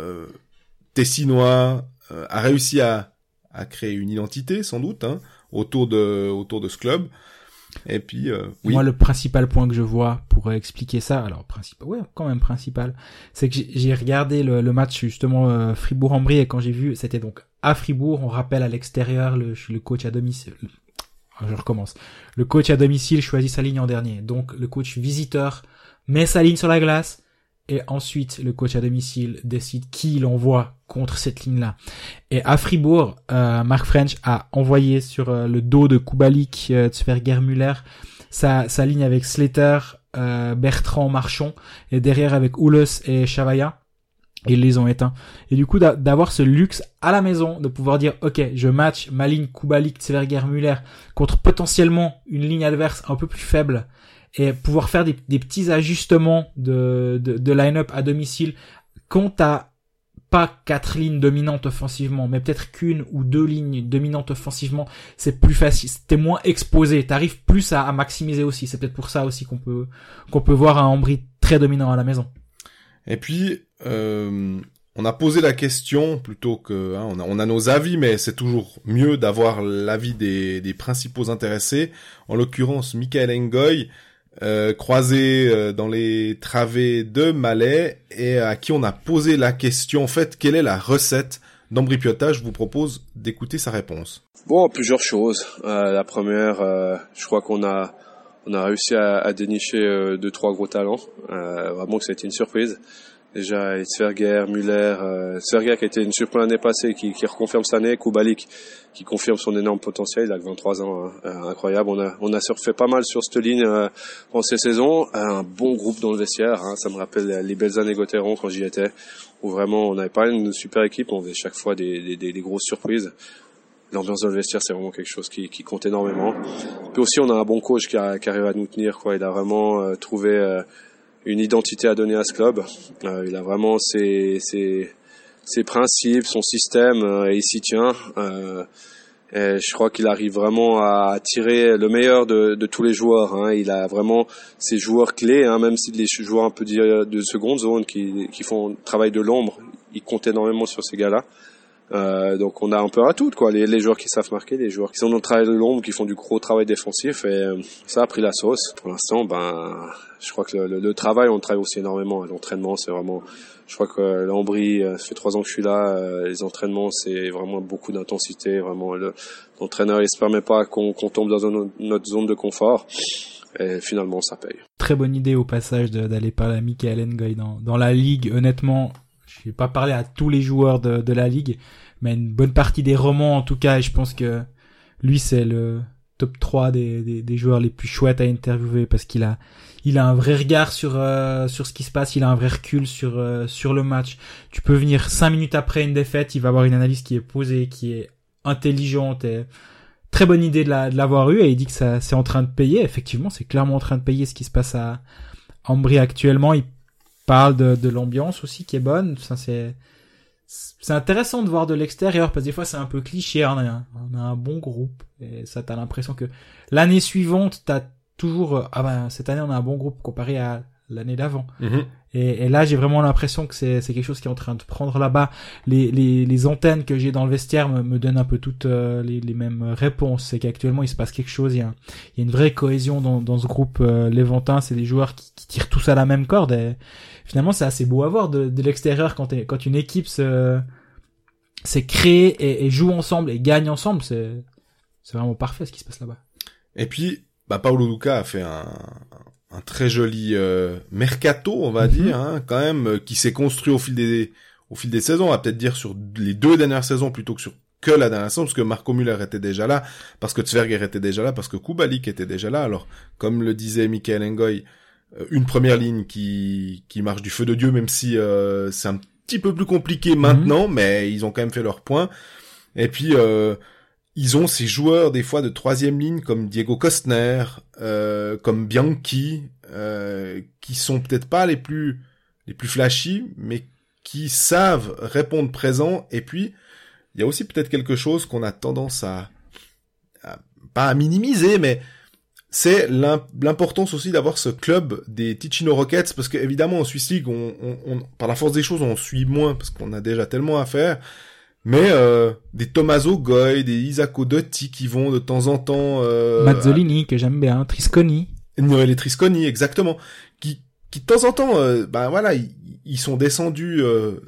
tessinois, a réussi à créer une identité, sans doute, hein, autour de ce club. Et puis, oui. Moi, le principal point que je vois pour expliquer ça, alors principal, c'est que j'ai regardé le match justement Fribourg-Ambry et quand j'ai vu, c'était donc à Fribourg, on rappelle à l'extérieur le coach à domicile. Je recommence. Le coach à domicile choisit sa ligne en dernier. Donc le coach visiteur met sa ligne sur la glace. Et ensuite, le coach à domicile décide qui il envoie contre cette ligne-là. Et à Fribourg, Mark French a envoyé sur le dos de Kubalik, Zwerger, Müller, sa ligne avec Slater, Bertrand, Marchand, et derrière avec Oules et Chavaya. Et ils les ont éteints. Et du coup, d'avoir ce luxe à la maison, de pouvoir dire, OK, je match ma ligne Kubalik, Zwerger, Müller contre potentiellement une ligne adverse un peu plus faible, et pouvoir faire des petits ajustements de line-up à domicile quand t'as pas 4 lignes dominantes offensivement, mais peut-être qu'une ou 2 lignes dominantes offensivement, c'est plus facile, t'es moins exposé, t'arrives plus à maximiser aussi. C'est peut-être pour ça aussi qu'on peut voir un Ambry très dominant à la maison. Et puis, on a posé la question plutôt que, hein, on a nos avis, mais c'est toujours mieux d'avoir l'avis des principaux intéressés. En l'occurrence, Michael Ngoy, croisé dans les travées de Malais et à qui on a posé la question, en fait, quelle est la recette d'Ambry Piotta? Je vous propose d'écouter sa réponse. Bon, plusieurs choses. La première, je crois qu'on a réussi à dénicher 2-3 gros talents. Vraiment que ça a été une surprise. Déjà, Zwerger, Müller, Zwerger qui a été une surprise l'année passée, qui reconfirme cette année, Kubalik qui confirme son énorme potentiel, il a que 23 ans, hein, incroyable. On a surfé pas mal sur cette ligne pendant ces saisons, un bon groupe dans le vestiaire, hein, ça me rappelle les belles années Gauthieron quand j'y étais, où vraiment on n'avait pas une super équipe, on faisait chaque fois des grosses surprises. L'ambiance dans le vestiaire, c'est vraiment quelque chose qui compte énormément. Puis aussi, on a un bon coach qui arrive à nous tenir, quoi. Il a vraiment trouvé une identité à donner à ce club. Il a vraiment ses principes, son système, et il s'y tient. Et je crois qu'il arrive vraiment à tirer le meilleur de tous les joueurs, hein. Il a vraiment ses joueurs clés, hein, même si les joueurs un peu de seconde zone qui font le travail de l'ombre, il compte énormément sur ces gars-là. Donc on a un peu à tout, quoi. Les joueurs qui savent marquer, les joueurs qui sont dans le travail de l'ombre, qui font du gros travail défensif, et ça a pris la sauce. Pour l'instant, je crois que le travail, on travaille aussi énormément. L'entraînement, c'est vraiment, je crois que l'Ambry, ça fait 3 ans que je suis là, les entraînements, c'est vraiment beaucoup d'intensité, vraiment. L'entraîneur, il se permet pas qu'on tombe dans notre zone de confort. Et finalement, ça paye. Très bonne idée au passage d'aller parler à Michael Ngoy dans la ligue. Honnêtement, je vais pas parler à tous les joueurs de la ligue, mais une bonne partie des romans en tout cas, et je pense que lui c'est le top 3 des joueurs les plus chouettes à interviewer parce qu'il a un vrai regard sur ce qui se passe, il a un vrai recul sur le match. Tu peux venir 5 minutes après une défaite, il va avoir une analyse qui est posée, qui est intelligente, et très bonne idée de l'avoir eu, et il dit que ça c'est en train de payer. Effectivement, c'est clairement en train de payer ce qui se passe à Ambry actuellement. Il parle de l'ambiance aussi qui est bonne. Ça, c'est intéressant de voir de l'extérieur, parce que des fois c'est un peu cliché. On a un bon groupe, et ça, t'as l'impression que l'année suivante t'as toujours cette année on a un bon groupe comparé à l'année d'avant. Et là j'ai vraiment l'impression que c'est quelque chose qui est en train de prendre là-bas. Les antennes que j'ai dans le vestiaire me donnent un peu toutes les mêmes réponses. C'est qu'actuellement il se passe quelque chose, il y a une vraie cohésion dans ce groupe léventin. C'est des joueurs qui tirent tous à la même corde, et finalement c'est assez beau à voir de l'extérieur quand une équipe s'est créée et joue ensemble et gagne ensemble. C'est vraiment parfait ce qui se passe là-bas. Et puis Paulo Luca a fait un très joli mercato, on va dire, hein, quand même, qui s'est construit au fil des saisons. On va peut-être dire sur les 2 dernières saisons plutôt que la dernière saison, parce que Marco Müller était déjà là, parce que Zwerger était déjà là, parce que Kubalik était déjà là. Alors, comme le disait Michael Ngoy, une première ligne qui marche du feu de Dieu, même si c'est un petit peu plus compliqué maintenant, mais ils ont quand même fait leur point. Et puis ils ont ces joueurs des fois de 3e ligne comme Diego Kostner, comme Bianchi, qui sont peut-être pas les plus flashy, mais qui savent répondre présent. Et puis il y a aussi peut-être quelque chose qu'on a tendance pas à minimiser, mais c'est l'importance aussi d'avoir ce club des Ticino Rockets, parce que évidemment en Swiss League on par la force des choses on suit moins parce qu'on a déjà tellement à faire. Mais des Tommaso Goy, des Isacco Dotti qui vont de temps en temps Mazzolini que j'aime bien, Trisconi. Les Trisconi, exactement, qui de temps en temps voilà, ils sont descendus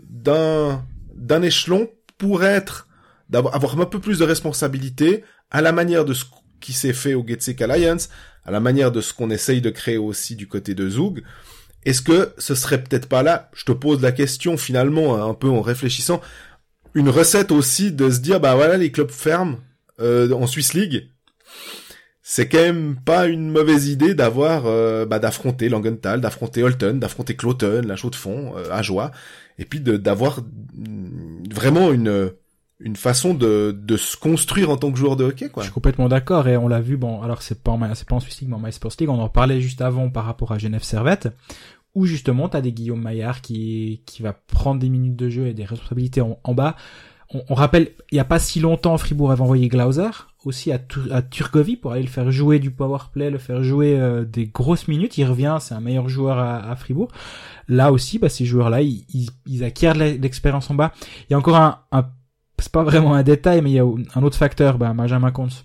d'un échelon pour avoir un peu plus de responsabilité, à la manière de ce qui s'est fait au Getsek Alliance, à la manière de ce qu'on essaye de créer aussi du côté de Zug. Est-ce que ce serait peut-être pas là, je te pose la question finalement un peu en réfléchissant, une recette aussi de se dire voilà, les clubs fermes en Swiss League, c'est quand même pas une mauvaise idée d'affronter Langenthal, d'affronter Holten, d'affronter Cloten, la Chaux-de-Fonds, Ajoie, et puis d'avoir vraiment une façon de se construire en tant que joueur de hockey, quoi. Je suis complètement d'accord, et on l'a vu, alors c'est pas en Swiss League, mais en MySports League, on en parlait juste avant par rapport à Genève Servette, où justement t'as des Guillaume Maillard qui va prendre des minutes de jeu et des responsabilités en bas. On rappelle, il y a pas si longtemps, Fribourg avait envoyé Glauser aussi à Turgovie pour aller le faire jouer du powerplay, le faire jouer des grosses minutes. Il revient, c'est un meilleur joueur à Fribourg. Là aussi, ces joueurs-là, ils acquièrent l'expérience en bas. Il y a encore c'est pas vraiment un détail, mais il y a un autre facteur, Benjamin Kontz.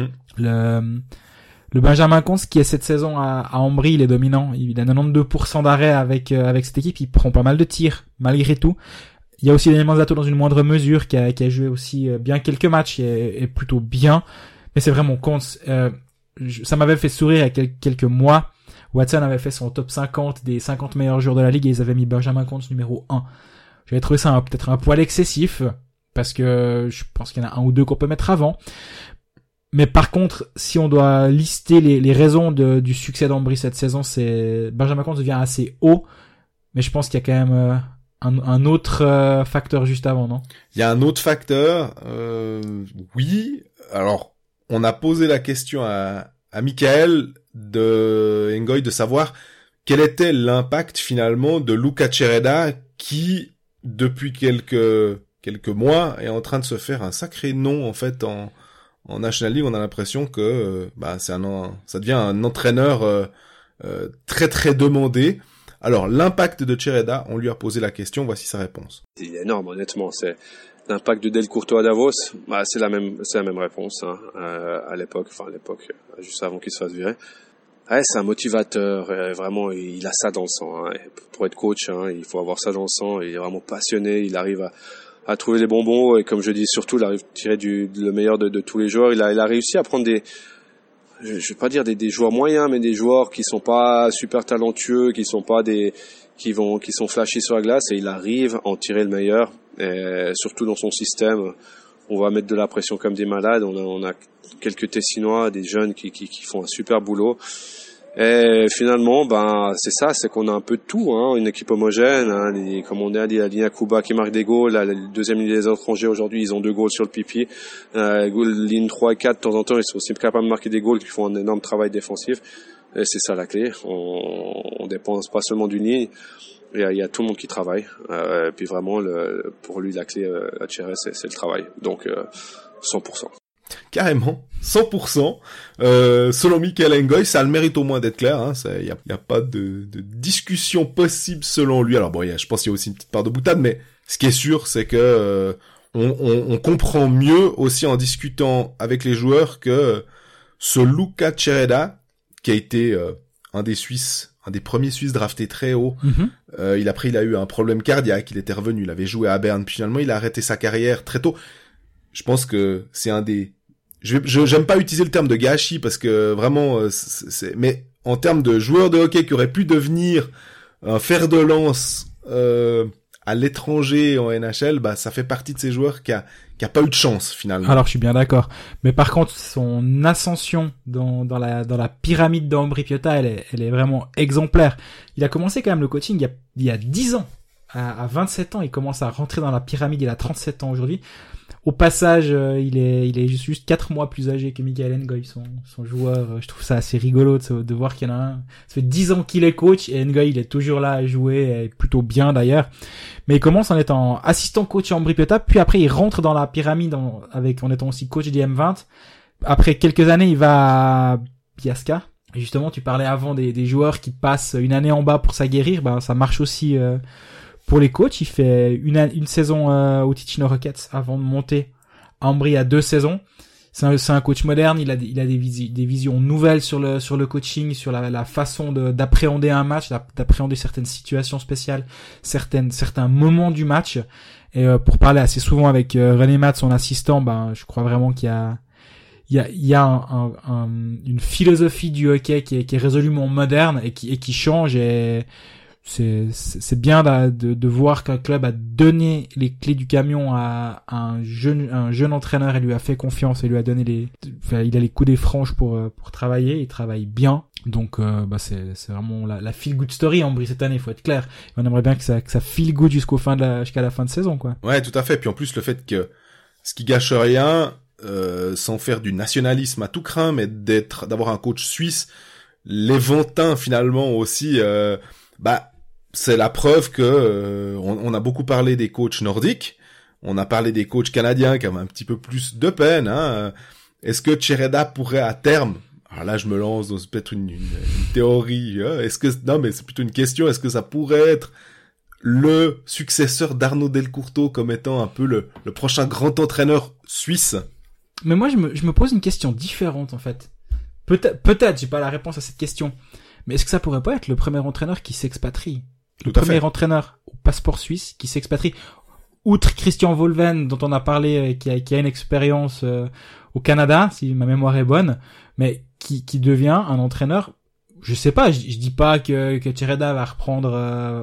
Le Benjamin Kontz qui est cette saison à Ambry, il est dominant. Il a 92% d'arrêt avec cette équipe. Il prend pas mal de tirs, malgré tout. Il y a aussi Daniel Manzato dans une moindre mesure, qui a joué aussi bien quelques matchs et plutôt bien. Mais c'est vraiment Kontz. Ça m'avait fait sourire il y a quelques mois. Watson avait fait son top 50 des 50 meilleurs joueurs de la ligue et ils avaient mis Benjamin Kontz numéro 1. J'avais trouvé ça peut-être un poil excessif, parce que je pense qu'il y en a un ou deux qu'on peut mettre avant. Mais par contre, si on doit lister les raisons du succès d'Ambry cette saison, c'est Benjamin Kontz devient assez haut, mais je pense qu'il y a quand même un autre facteur juste avant, non? Il y a un autre facteur, oui. Alors, on a posé la question à Michael de Ngoy de savoir quel était l'impact finalement de Luca Cereda qui, depuis quelques mois, est en train de se faire un sacré nom en fait en National League. On a l'impression que ça devient un entraîneur très très demandé. Alors l'impact de Cereda, on lui a posé la question, voici sa réponse. Il est énorme, honnêtement. C'est l'impact de Del Curto à Davos. C'est la même réponse à l'époque, juste avant qu'il se fasse virer. Ouais, c'est un motivateur, vraiment, il a ça dans le sang. Pour être coach, il faut avoir ça dans le sang. Il est vraiment passionné, il arrive à trouver les bonbons, et comme je dis, surtout, il arrive à tirer le meilleur de tous les joueurs. Il a réussi à prendre je vais pas dire des joueurs moyens, mais des joueurs qui sont pas super talentueux, qui sont flashy sur la glace, et il arrive à en tirer le meilleur. Et surtout dans son système, on va mettre de la pression comme des malades. On a quelques Tessinois, des jeunes qui font un super boulot. Et finalement, c'est ça, c'est qu'on a un peu de tout, hein, une équipe homogène, hein, comme on a dit, la ligne Akuba qui marque des goals, la deuxième ligne des étrangers aujourd'hui, ils ont 2 goals sur le pipi, ligne 3 et 4, de temps en temps, ils sont aussi capables de marquer des goals, qui font un énorme travail défensif, et c'est ça la clé, on dépense pas seulement d'une ligne, il y a tout le monde qui travaille, et puis vraiment, pour lui, la clé à Thierry, c'est le travail, donc 100%. Carrément, 100%. Selon Michael Ngoy, ça a le mérite au moins d'être clair. Hein, il y a pas de discussion possible selon lui. Alors bon, je pense qu'il y a aussi une petite part de boutade, mais ce qui est sûr, c'est que on comprend mieux aussi en discutant avec les joueurs que ce Luca Cereda, qui a été un des premiers Suisses draftés très haut. Il a eu un problème cardiaque, il était revenu, il avait joué à Berne, puis finalement il a arrêté sa carrière très tôt. Je pense que c'est un des... j'aime pas utiliser le terme de gâchis parce que vraiment, mais en termes de joueur de hockey qui aurait pu devenir un fer de lance à l'étranger en NHL, ça fait partie de ces joueurs qui a pas eu de chance finalement. Alors je suis bien d'accord, mais par contre son ascension dans la pyramide d'Ambri Piotta, elle est vraiment exemplaire. Il a commencé quand même le coaching il y a 10 ans. À 27 ans, il commence à rentrer dans la pyramide, il a 37 ans aujourd'hui. Au passage, il est juste 4 mois plus âgé que Michael Ngoy, son joueur. Je trouve ça assez rigolo de voir qu'il y en a un. Ça fait 10 ans qu'il est coach et Ngoy, il est toujours là à jouer, et plutôt bien d'ailleurs. Mais il commence en étant assistant coach à Ambri Piotta, puis après il rentre dans la pyramide en étant aussi coach des M20. Après quelques années, il va à Biasca. Et justement, tu parlais avant des joueurs qui passent une année en bas pour s'aguerrir, ça marche aussi pour les coachs. Il fait une saison au Ticino Rockets avant de monter à Ambri à 2 saisons. C'est un coach moderne, il a des visions nouvelles sur le coaching, sur la façon d'appréhender un match, d'appréhender certaines situations spéciales, certains moments du match. Et pour parler assez souvent avec René Matt, son assistant, je crois vraiment qu'il y a une philosophie du hockey qui est résolument moderne et qui change, et c'est bien de voir qu'un club a donné les clés du camion à un jeune entraîneur et lui a fait confiance et lui a donné il a les coups des franges pour travailler. Il travaille bien. Donc c'est vraiment la feel good story Ambri cette année, faut être clair. On aimerait bien que ça feel good jusqu'à la fin de saison, quoi. Ouais, tout à fait. Puis en plus le fait que ce qui gâche rien, sans faire du nationalisme à tout crin, mais d'avoir un coach suisse, Léventin finalement aussi, c'est la preuve que on a beaucoup parlé des coachs nordiques, on a parlé des coachs canadiens qui avaient un petit peu plus de peine. Hein. Est-ce que Cereda pourrait à terme, alors là je me lance dans peut-être une théorie, hein, non mais c'est plutôt une question, est-ce que ça pourrait être le successeur d'Arnaud Delcourteau comme étant un peu le prochain grand entraîneur suisse? Mais moi je me pose une question différente en fait. Peut-être j'ai pas la réponse à cette question. Mais est-ce que ça pourrait pas être le premier entraîneur qui s'expatrie? Le premier entraîneur au passeport suisse qui s'expatrie, outre Christian Volven dont on a parlé, qui a une expérience au Canada, si ma mémoire est bonne, mais qui devient un entraîneur. Je sais pas, je dis pas que Cereda va reprendre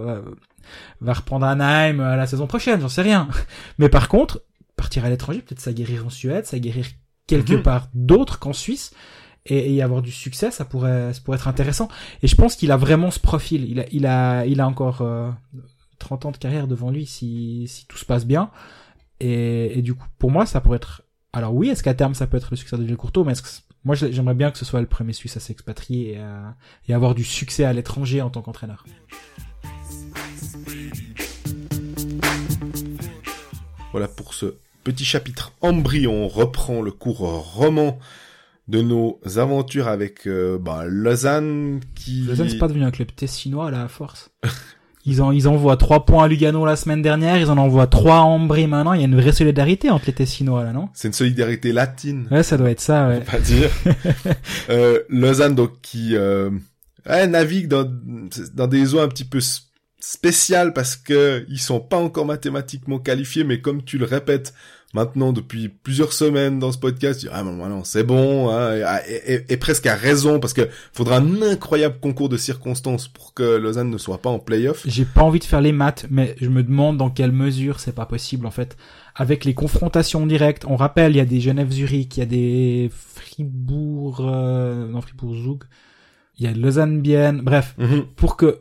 Anaheim la saison prochaine, j'en sais rien. Mais par contre, partir à l'étranger, peut-être s'aguerrir en Suède, s'aguerrir quelque part d'autre qu'en Suisse, et avoir du succès, ça pourrait être intéressant. Et je pense qu'il a vraiment ce profil. Il a encore 30 ans de carrière devant lui si tout se passe bien. Et du coup, pour moi, ça pourrait être... Alors oui, est-ce qu'à terme, ça peut être le succès de Delcourteau, mais moi, j'aimerais bien que ce soit le premier Suisse à s'expatrier et avoir du succès à l'étranger en tant qu'entraîneur. Voilà pour ce petit chapitre Ambri. On reprend le cours roman de nos aventures avec Lausanne qui... Lausanne, c'est pas devenu un club tessinois là à force. Ils envoient 3 points à Lugano la semaine dernière, ils en envoient 3 à Ambri maintenant. Il y a une vraie solidarité entre les tessinois là, non? C'est une solidarité latine. Ouais, ça doit être ça, ouais. On va dire. Lausanne donc qui navigue dans des eaux un petit peu spéciales parce que ils sont pas encore mathématiquement qualifiés, mais comme tu le répètes maintenant depuis plusieurs semaines dans ce podcast, non, c'est bon, hein, et presque à raison, parce que faudra un incroyable concours de circonstances pour que Lausanne ne soit pas en play-off. J'ai pas envie de faire les maths, mais je me demande dans quelle mesure c'est pas possible, en fait. Avec les confrontations directes, on rappelle, il y a des Genève-Zurich, il y a des Fribourg-Zug, il y a Lausanne-Bienne, bref, Mhm. pour que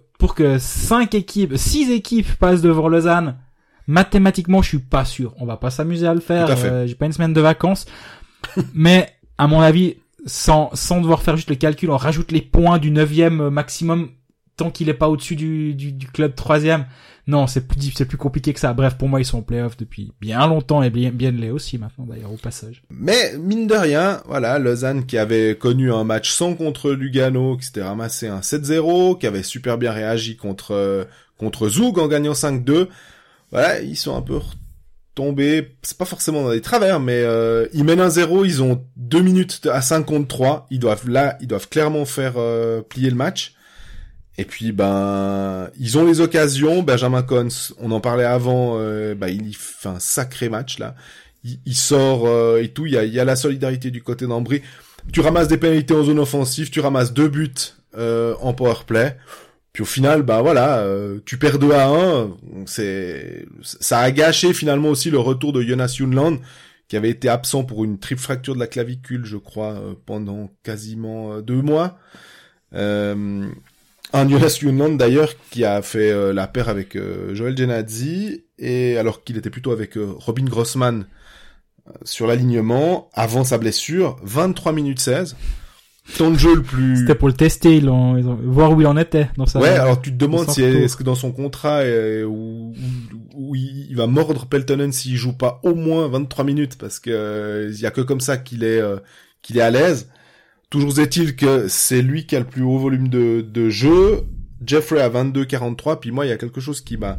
6 équipes passent devant Lausanne, mathématiquement, je suis pas sûr. On va pas s'amuser à le faire. Tout à fait. J'ai pas une semaine de vacances. Mais, à mon avis, sans devoir faire juste le calcul, on rajoute les points du 9e maximum tant qu'il est pas au-dessus du club 3e. Non, c'est plus compliqué que ça. Bref, pour moi, ils sont en play-off depuis bien longtemps et bien l'est aussi maintenant, d'ailleurs, au passage. Mais, mine de rien, voilà, Lausanne qui avait connu un match sans contre Lugano, qui s'était ramassé un 7-0, qui avait super bien réagi contre Zug en gagnant 5-2. Voilà, ils sont un peu retombés, c'est pas forcément dans des travers, mais ils mènent 1-0, ils ont 2 minutes à 5 contre 3, ils doivent clairement faire plier le match. Et puis, ils ont les occasions. Benjamin Cons, on en parlait avant, il fait un sacré match, là. Il sort et tout. Il y a la solidarité du côté d'Ambry. Tu ramasses des pénalités en zone offensive, tu ramasses 2 buts en powerplay. Puis au final, tu perds 2-1. Ça a gâché finalement aussi le retour de Jonas Junland, qui avait été absent pour une triple fracture de la clavicule, je crois, pendant quasiment 2 mois. Un Jonas Junland d'ailleurs qui a fait la paire avec Joel Genadzi, et alors qu'il était plutôt avec Robin Grossman sur l'alignement avant sa blessure. 23 minutes 16. Temps de jeu le plus... C'était pour le tester, ils ont voir où il en était dans sa... Ouais, alors tu te demandes si retour. est-ce que dans son contrat où il va mordre Peltonen s'il joue pas au moins 23 minutes, parce que il y a que comme ça qu'il est à l'aise. Toujours est-il que c'est lui qui a le plus haut volume de jeu. Jeffrey a 22-43, puis moi il y a quelque chose qui m'a...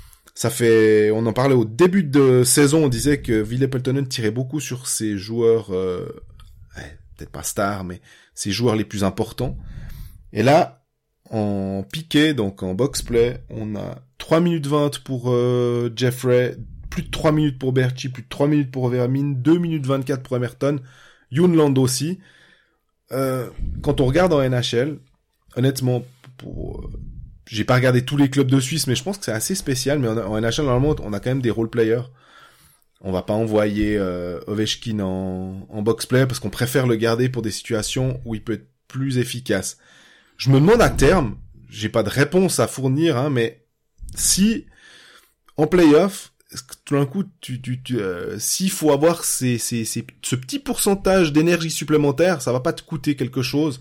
on en parlait au début de saison, on disait que Ville Peltonen tirait beaucoup sur ses joueurs, peut-être pas stars, mais ses joueurs les plus importants. Et là, en piqué, donc en box-play, on a 3 minutes 20 pour Jeffrey, plus de 3 minutes pour Berchi, plus de 3 minutes pour Vermin, 2 minutes 24 pour Emerton, Junland aussi. Quand on regarde en NHL, honnêtement, j'ai pas regardé tous les clubs de Suisse, mais je pense que c'est assez spécial. Mais en NHL, normalement, on a quand même des role-players. On va pas envoyer Ovechkin en box-play parce qu'on préfère le garder pour des situations où il peut être plus efficace. Je me demande à terme, j'ai pas de réponse à fournir, mais si en play-off, tout d'un coup, s'il faut avoir ce petit pourcentage d'énergie supplémentaire, ça va pas te coûter quelque chose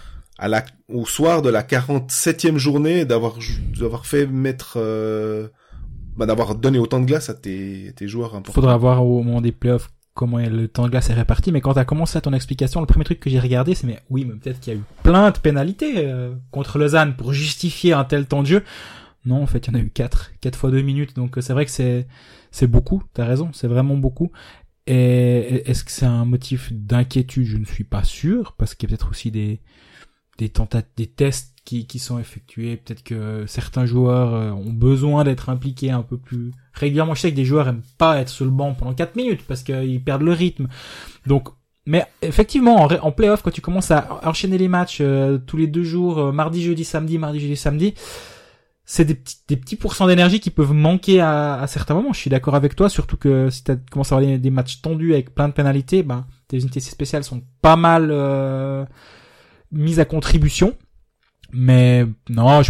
au soir de la 47e journée d'avoir fait mettre, d'avoir donné autant de glace à tes joueurs importants. Faudra voir au moment des playoffs comment le temps de glace est réparti, mais quand t'as commencé à ton explication, le premier truc que j'ai regardé, c'est mais peut-être qu'il y a eu plein de pénalités contre Lausanne pour justifier un tel temps de jeu. Non, en fait, il y en a eu 4 fois 2 minutes, donc c'est vrai que c'est beaucoup, t'as raison, c'est vraiment beaucoup. Et est-ce que c'est un motif d'inquiétude? Je ne suis pas sûr, parce qu'il y a peut-être aussi des tests qui sont effectués, peut-être que certains joueurs ont besoin d'être impliqués un peu plus régulièrement. Je sais que des joueurs aiment pas être sur le banc pendant 4 minutes, parce qu'ils perdent le rythme. Donc, mais effectivement, en play-off, quand tu commences à enchaîner les matchs tous les 2 jours, mardi, jeudi, samedi, c'est des petits pourcents d'énergie qui peuvent manquer à certains moments. Je suis d'accord avec toi, surtout que si tu commences à avoir des matchs tendus avec plein de pénalités, tes unités spéciales sont pas mal mises à contribution. Mais non,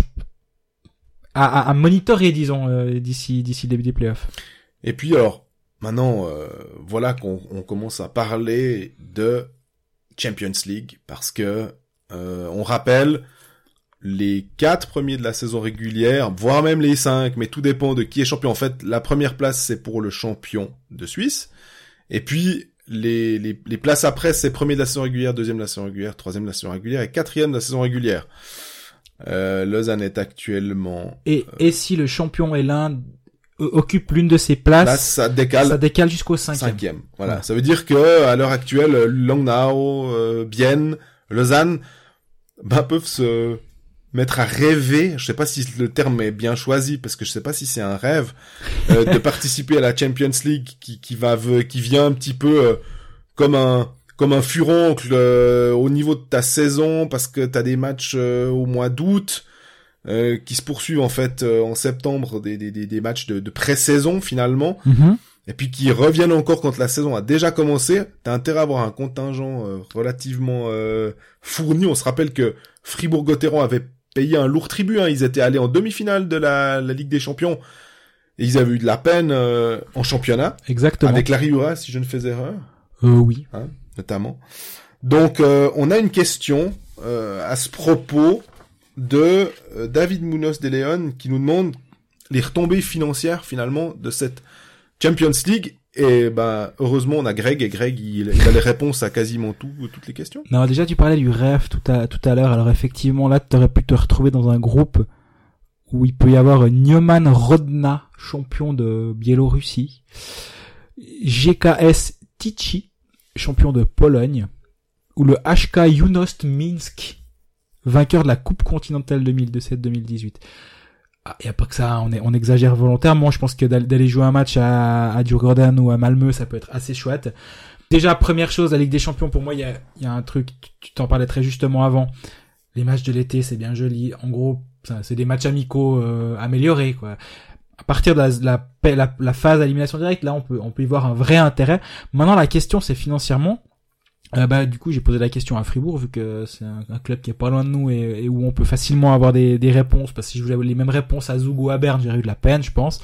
à monitorer, disons, d'ici le début des playoffs. Et puis alors, maintenant, voilà qu'on commence à parler de Champions League, parce que on rappelle les 4 premiers de la saison régulière, voire même les 5, mais tout dépend de qui est champion. En fait, la première place, c'est pour le champion de Suisse. Et puis, les places après, c'est premier de la saison régulière, deuxième de la saison régulière, troisième de la saison régulière et quatrième de la saison régulière. Lausanne est actuellement... Et si le champion est occupe l'une de ces places, là, ça décale jusqu'au 5e. Voilà. Ouais. Ça veut dire que, à l'heure actuelle, Langnau, Bienne, Lausanne, peuvent se mettre à rêver, je sais pas si le terme est bien choisi, parce que je sais pas si c'est un rêve, de participer à la Champions League qui vient un petit peu comme un furoncle au niveau de ta saison, parce que t'as des matchs au mois d'août qui se poursuivent en fait en septembre, des matchs de pré-saison finalement. Mm-hmm. et puis qui reviennent encore quand la saison a déjà commencé, t'as intérêt à avoir un contingent relativement fourni. On se rappelle que Fribourg-Gotteron avait payé un lourd tribut, hein. Ils étaient allés en demi-finale de la Ligue des Champions et ils avaient eu de la peine en championnat. Exactement. Avec la Riura, si je ne fais erreur. Oui. Hein, notamment. Donc on a une question à ce propos de David Munoz de Leon qui nous demande les retombées financières finalement de cette Champions League. Et heureusement on a Greg, et Greg il a les réponses à quasiment toutes les questions. Non, déjà tu parlais du rêve tout à l'heure. Alors effectivement là tu aurais pu te retrouver dans un groupe où il peut y avoir Nioman Rodna, champion de Biélorussie, GKS Tichy, champion de Pologne, ou le HK Yunost Minsk, vainqueur de la Coupe continentale 2017-2018. Et après que ça, on exagère volontairement. Je pense que d'aller jouer un match à Djurgården ou à Malmö, ça peut être assez chouette. Déjà, première chose, la Ligue des Champions, pour moi, il y a un truc, tu t'en parlais très justement avant. Les matchs de l'été, c'est bien joli. En gros, c'est des matchs amicaux améliorés, quoi. À partir de la phase d'élimination directe, là, on peut y voir un vrai intérêt. Maintenant, la question, c'est financièrement. Du coup, j'ai posé la question à Fribourg, vu que c'est un club qui est pas loin de nous et où on peut facilement avoir des réponses, parce que si je voulais les mêmes réponses à Zug ou à Berne, j'aurais eu de la peine, je pense.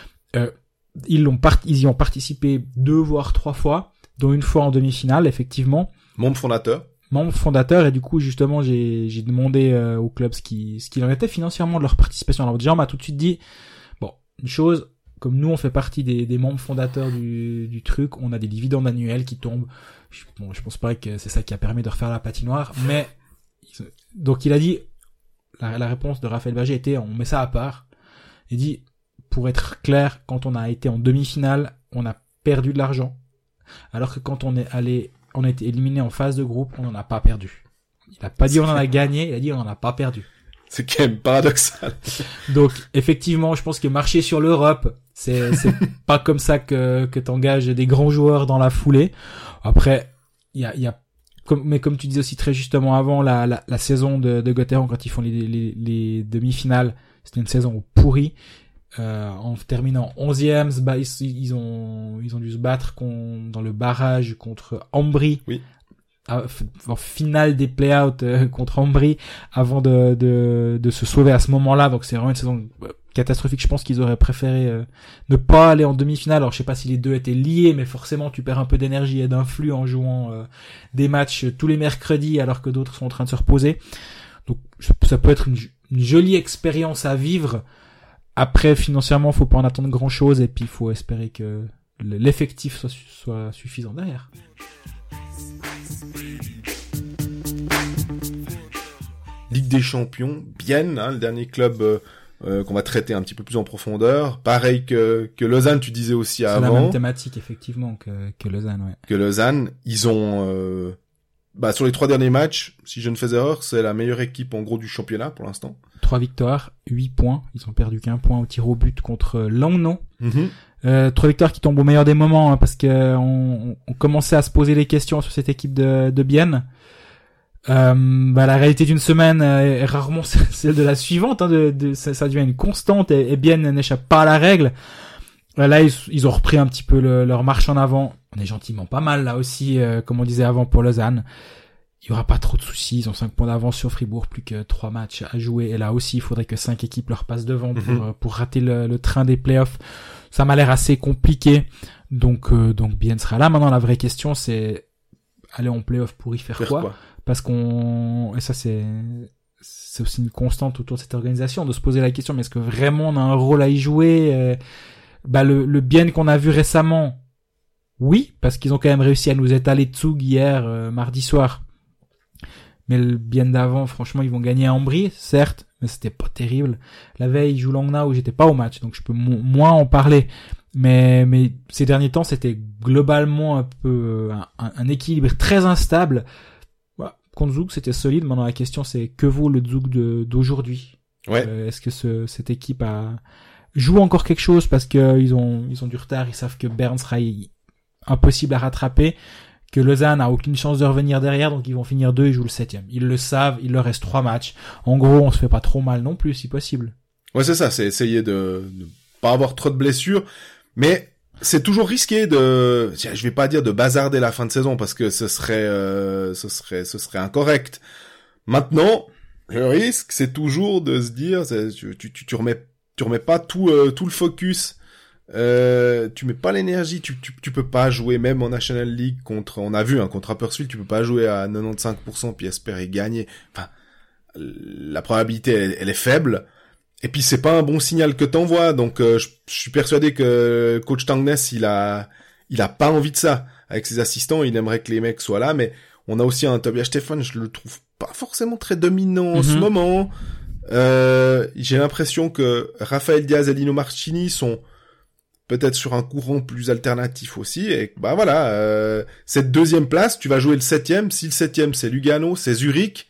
Ils y ont participé 2 voire 3 fois, dont une fois en demi-finale, effectivement. Membre fondateur, et du coup, justement, j'ai demandé au club ce qu'il en était financièrement de leur participation. Alors déjà, on m'a tout de suite dit, bon, une chose, comme nous, on fait partie des membres fondateurs du truc, on a des dividendes annuels qui tombent. Je pense pas que c'est ça qui a permis de refaire la patinoire, mais donc il a dit, la réponse de Raphaël Berger était, on met ça à part. Il dit, pour être clair, quand on a été en demi-finale, on a perdu de l'argent, alors que quand on a été éliminé en phase de groupe, on n'en a pas perdu. Il a pas dit on en a gagné, il a dit on n'en a pas perdu. C'est quand même paradoxal. Donc, effectivement, je pense que marcher sur l'Europe, c'est pas comme ça que t'engages des grands joueurs dans la foulée. Après, il y a, comme tu disais aussi très justement avant, la saison de Gotteron, quand ils font les demi-finales, c'était une saison pourrie. En terminant 11e, ils ont dû se battre dans le barrage contre Ambri. Oui. En finale des play-out contre Ambri avant de se sauver à ce moment-là. Donc c'est vraiment une saison catastrophique. Je pense qu'ils auraient préféré ne pas aller en demi-finale. Alors je sais pas si les deux étaient liés, mais forcément tu perds un peu d'énergie et d'influx en jouant des matchs tous les mercredis alors que d'autres sont en train de se reposer. Donc ça peut être une jolie expérience à vivre. Après, financièrement, faut pas en attendre grand-chose, et puis il faut espérer que l'effectif soit suffisant derrière. Ligue des Champions, Bienne, le dernier club qu'on va traiter un petit peu plus en profondeur. Pareil que Lausanne, tu disais aussi avant. C'est la même thématique, effectivement, que Lausanne, ouais. Que Lausanne, ils ont... sur les 3 derniers matchs, si je ne fais erreur, c'est la meilleure équipe en gros du championnat pour l'instant. 3 victoires, 8 points. Ils ont perdu qu'1 point au tir au but contre Langnau. 3 victoires qui tombent au meilleur des moments, parce que on commençait à se poser les questions sur cette équipe de Bienne. La réalité d'une semaine est rarement celle de la suivante. Ça devient une constante et Bienne n'échappe pas à la règle. Là, ils ont repris un petit peu leur marche en avant. On est gentiment pas mal là aussi, comme on disait avant pour Lausanne. Il y aura pas trop de soucis. Ils ont 5 points d'avance sur Fribourg, plus que 3 matchs à jouer. Et là aussi, il faudrait que 5 équipes leur passent devant pour rater le train des playoffs. Ça m'a l'air assez compliqué. Donc Bienne sera là. Maintenant, la vraie question, c'est aller en playoff pour y faire quoi? Parce et ça c'est aussi une constante autour de cette organisation, de se poser la question, mais est-ce que vraiment on a un rôle à y jouer? Le Bienne qu'on a vu récemment, oui, parce qu'ils ont quand même réussi à nous étaler Zug hier, mardi soir. Mais le Bienne d'avant, franchement, ils vont gagner à Ambri, certes, mais c'était pas terrible. La veille, ils jouent Langnau où j'étais pas au match, donc je peux moins en parler. Mais ces derniers temps, c'était globalement un peu un équilibre très instable. Contre Zug, c'était solide. Maintenant, la question, c'est que vaut le Zug d'aujourd'hui? Ouais. Est-ce que cette équipe joue encore quelque chose parce que ils ont du retard, ils savent que Berne sera impossible à rattraper, que Lausanne a aucune chance de revenir derrière, donc ils vont finir 2 et jouent le 7e. Ils le savent, il leur reste 3 matchs. En gros, on se fait pas trop mal non plus, si possible. Ouais, c'est ça, c'est essayer de ne pas avoir trop de blessures, mais c'est toujours risqué de, je vais pas dire de bazarder la fin de saison parce que ce serait incorrect. Maintenant, le risque, c'est toujours de se dire, tu remets pas tout le focus, tu mets pas l'énergie, tu peux pas jouer même en National League on a vu, contre Huddersfield, tu peux pas jouer à 95% puis espérer gagner. Enfin, la probabilité, elle est faible. Et puis c'est pas un bon signal que t'envoies, donc je suis persuadé que coach Tangness il a pas envie de ça. Avec ses assistants, il aimerait que les mecs soient là, mais on a aussi un Tobias Stephan, je le trouve pas forcément très dominant en ce moment. J'ai l'impression que Rafael Diaz et Lino Marchini sont peut-être sur un courant plus alternatif aussi, et bah voilà, cette deuxième place, tu vas jouer le 7e, si le 7e c'est Lugano, c'est Zurich,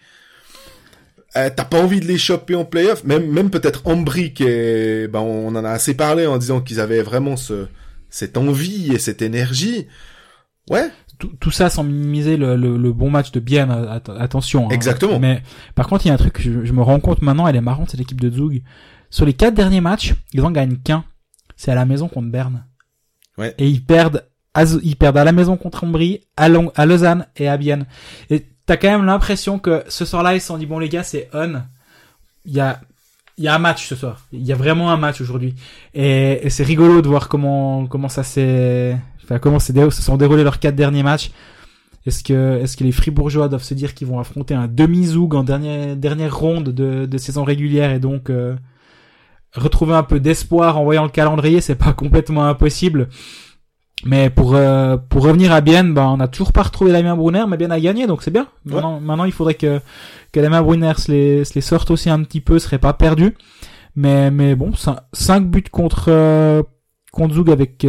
t'as pas envie de les choper en play-off, même peut-être Ambry qui est, on en a assez parlé en disant qu'ils avaient vraiment cette envie et cette énergie. Ouais. Tout ça sans minimiser le bon match de Bienne, attention. Hein. Exactement. Mais par contre, il y a un truc que je me rends compte maintenant, elle est marrante cette équipe de Zug. Sur les 4 derniers matchs, ils en gagnent qu'un. C'est à la maison contre Berne. Ouais. Et ils perdent à la maison contre Ambry, à Lausanne et à Bienne. Et t'as quand même l'impression que ce soir-là, ils se sont dit, bon les gars, c'est on. Il y a un match ce soir. Il y a vraiment un match aujourd'hui. Et c'est rigolo de voir comment ça s'est, comment se sont déroulés leurs 4 derniers matchs. Est-ce que les Fribourgeois doivent se dire qu'ils vont affronter un demi-zoug en dernière ronde de saison régulière et donc, retrouver un peu d'espoir en voyant le calendrier, c'est pas complètement impossible. Mais pour revenir à Bienne, on a toujours pas retrouvé Damien Brunner, mais Bienne a gagné, donc c'est bien. Ouais. Maintenant, il faudrait que Damien Brunner se les sorte aussi un petit peu, serait pas perdu. Mais bon, 5 buts contre Zug avec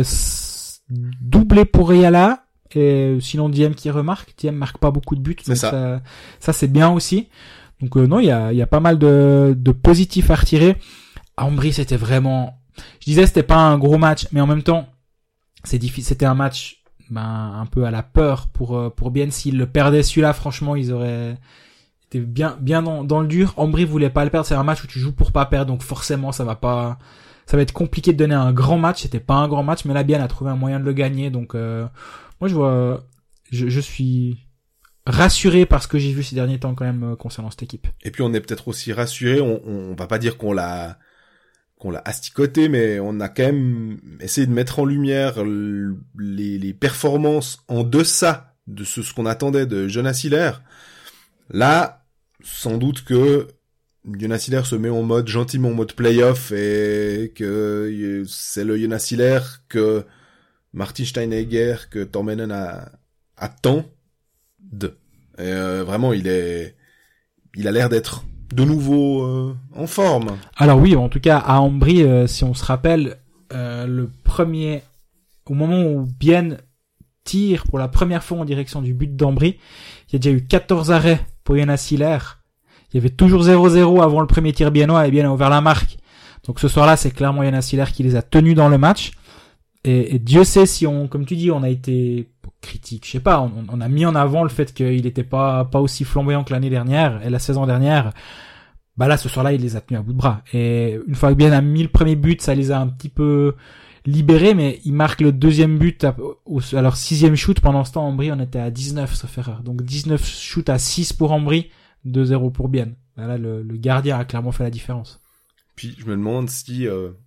doublé pour Riala, et sinon Diem qui remarque. Diem marque pas beaucoup de buts, donc ça c'est bien aussi. Donc non, il y a pas mal de positifs à retirer. À Ambry, c'était vraiment, je disais c'était pas un gros match, mais en même temps c'est difficile, c'était un match un peu à la peur pour Bienne. S'ils le perdaient celui-là, franchement ils auraient été bien dans le dur. Ambry voulait pas le perdre, c'est un match où tu joues pour pas perdre, donc forcément ça va être compliqué de donner un grand match. C'était pas un grand match, mais là Bienne a trouvé un moyen de le gagner, donc moi je suis rassuré par ce que j'ai vu ces derniers temps quand même concernant cette équipe. Et puis on est peut-être aussi rassuré, on va pas dire qu'on l'a asticoté, mais on a quand même essayé de mettre en lumière les performances en deçà de ce qu'on attendait de Jonas Hiller. Là, sans doute que Jonas Hiller se met gentiment en mode playoff, et que c'est le Jonas Hiller que Martin Steinegger, que Tormenen attend de. Et vraiment, il a l'air d'être de nouveau en forme. Alors oui, en tout cas à Ambry, si on se rappelle, au moment où Bienne tire pour la première fois en direction du but d'Ambry, il y a déjà eu 14 arrêts pour Jonas Hiller. Il y avait toujours 0-0 avant le premier tir biennois, et Bienne a ouvert la marque. Donc ce soir-là, c'est clairement Jonas Hiller qui les a tenus dans le match. Et Dieu sait si comme tu dis, on a été critique, je sais pas, on a mis en avant le fait qu'il était pas aussi flamboyant que l'année dernière et la saison dernière. Là, ce soir-là, il les a tenus à bout de bras. Et une fois que Bienne a mis le premier but, ça les a un petit peu libérés, mais ils marquent le deuxième but à leur 6e shoot. Pendant ce temps, Ambry, on était à 19, sauf erreur. Donc 19 shoots à 6 pour Ambry, 2-0 pour Bienne. Là, le gardien a clairement fait la différence. Puis, je me demande si,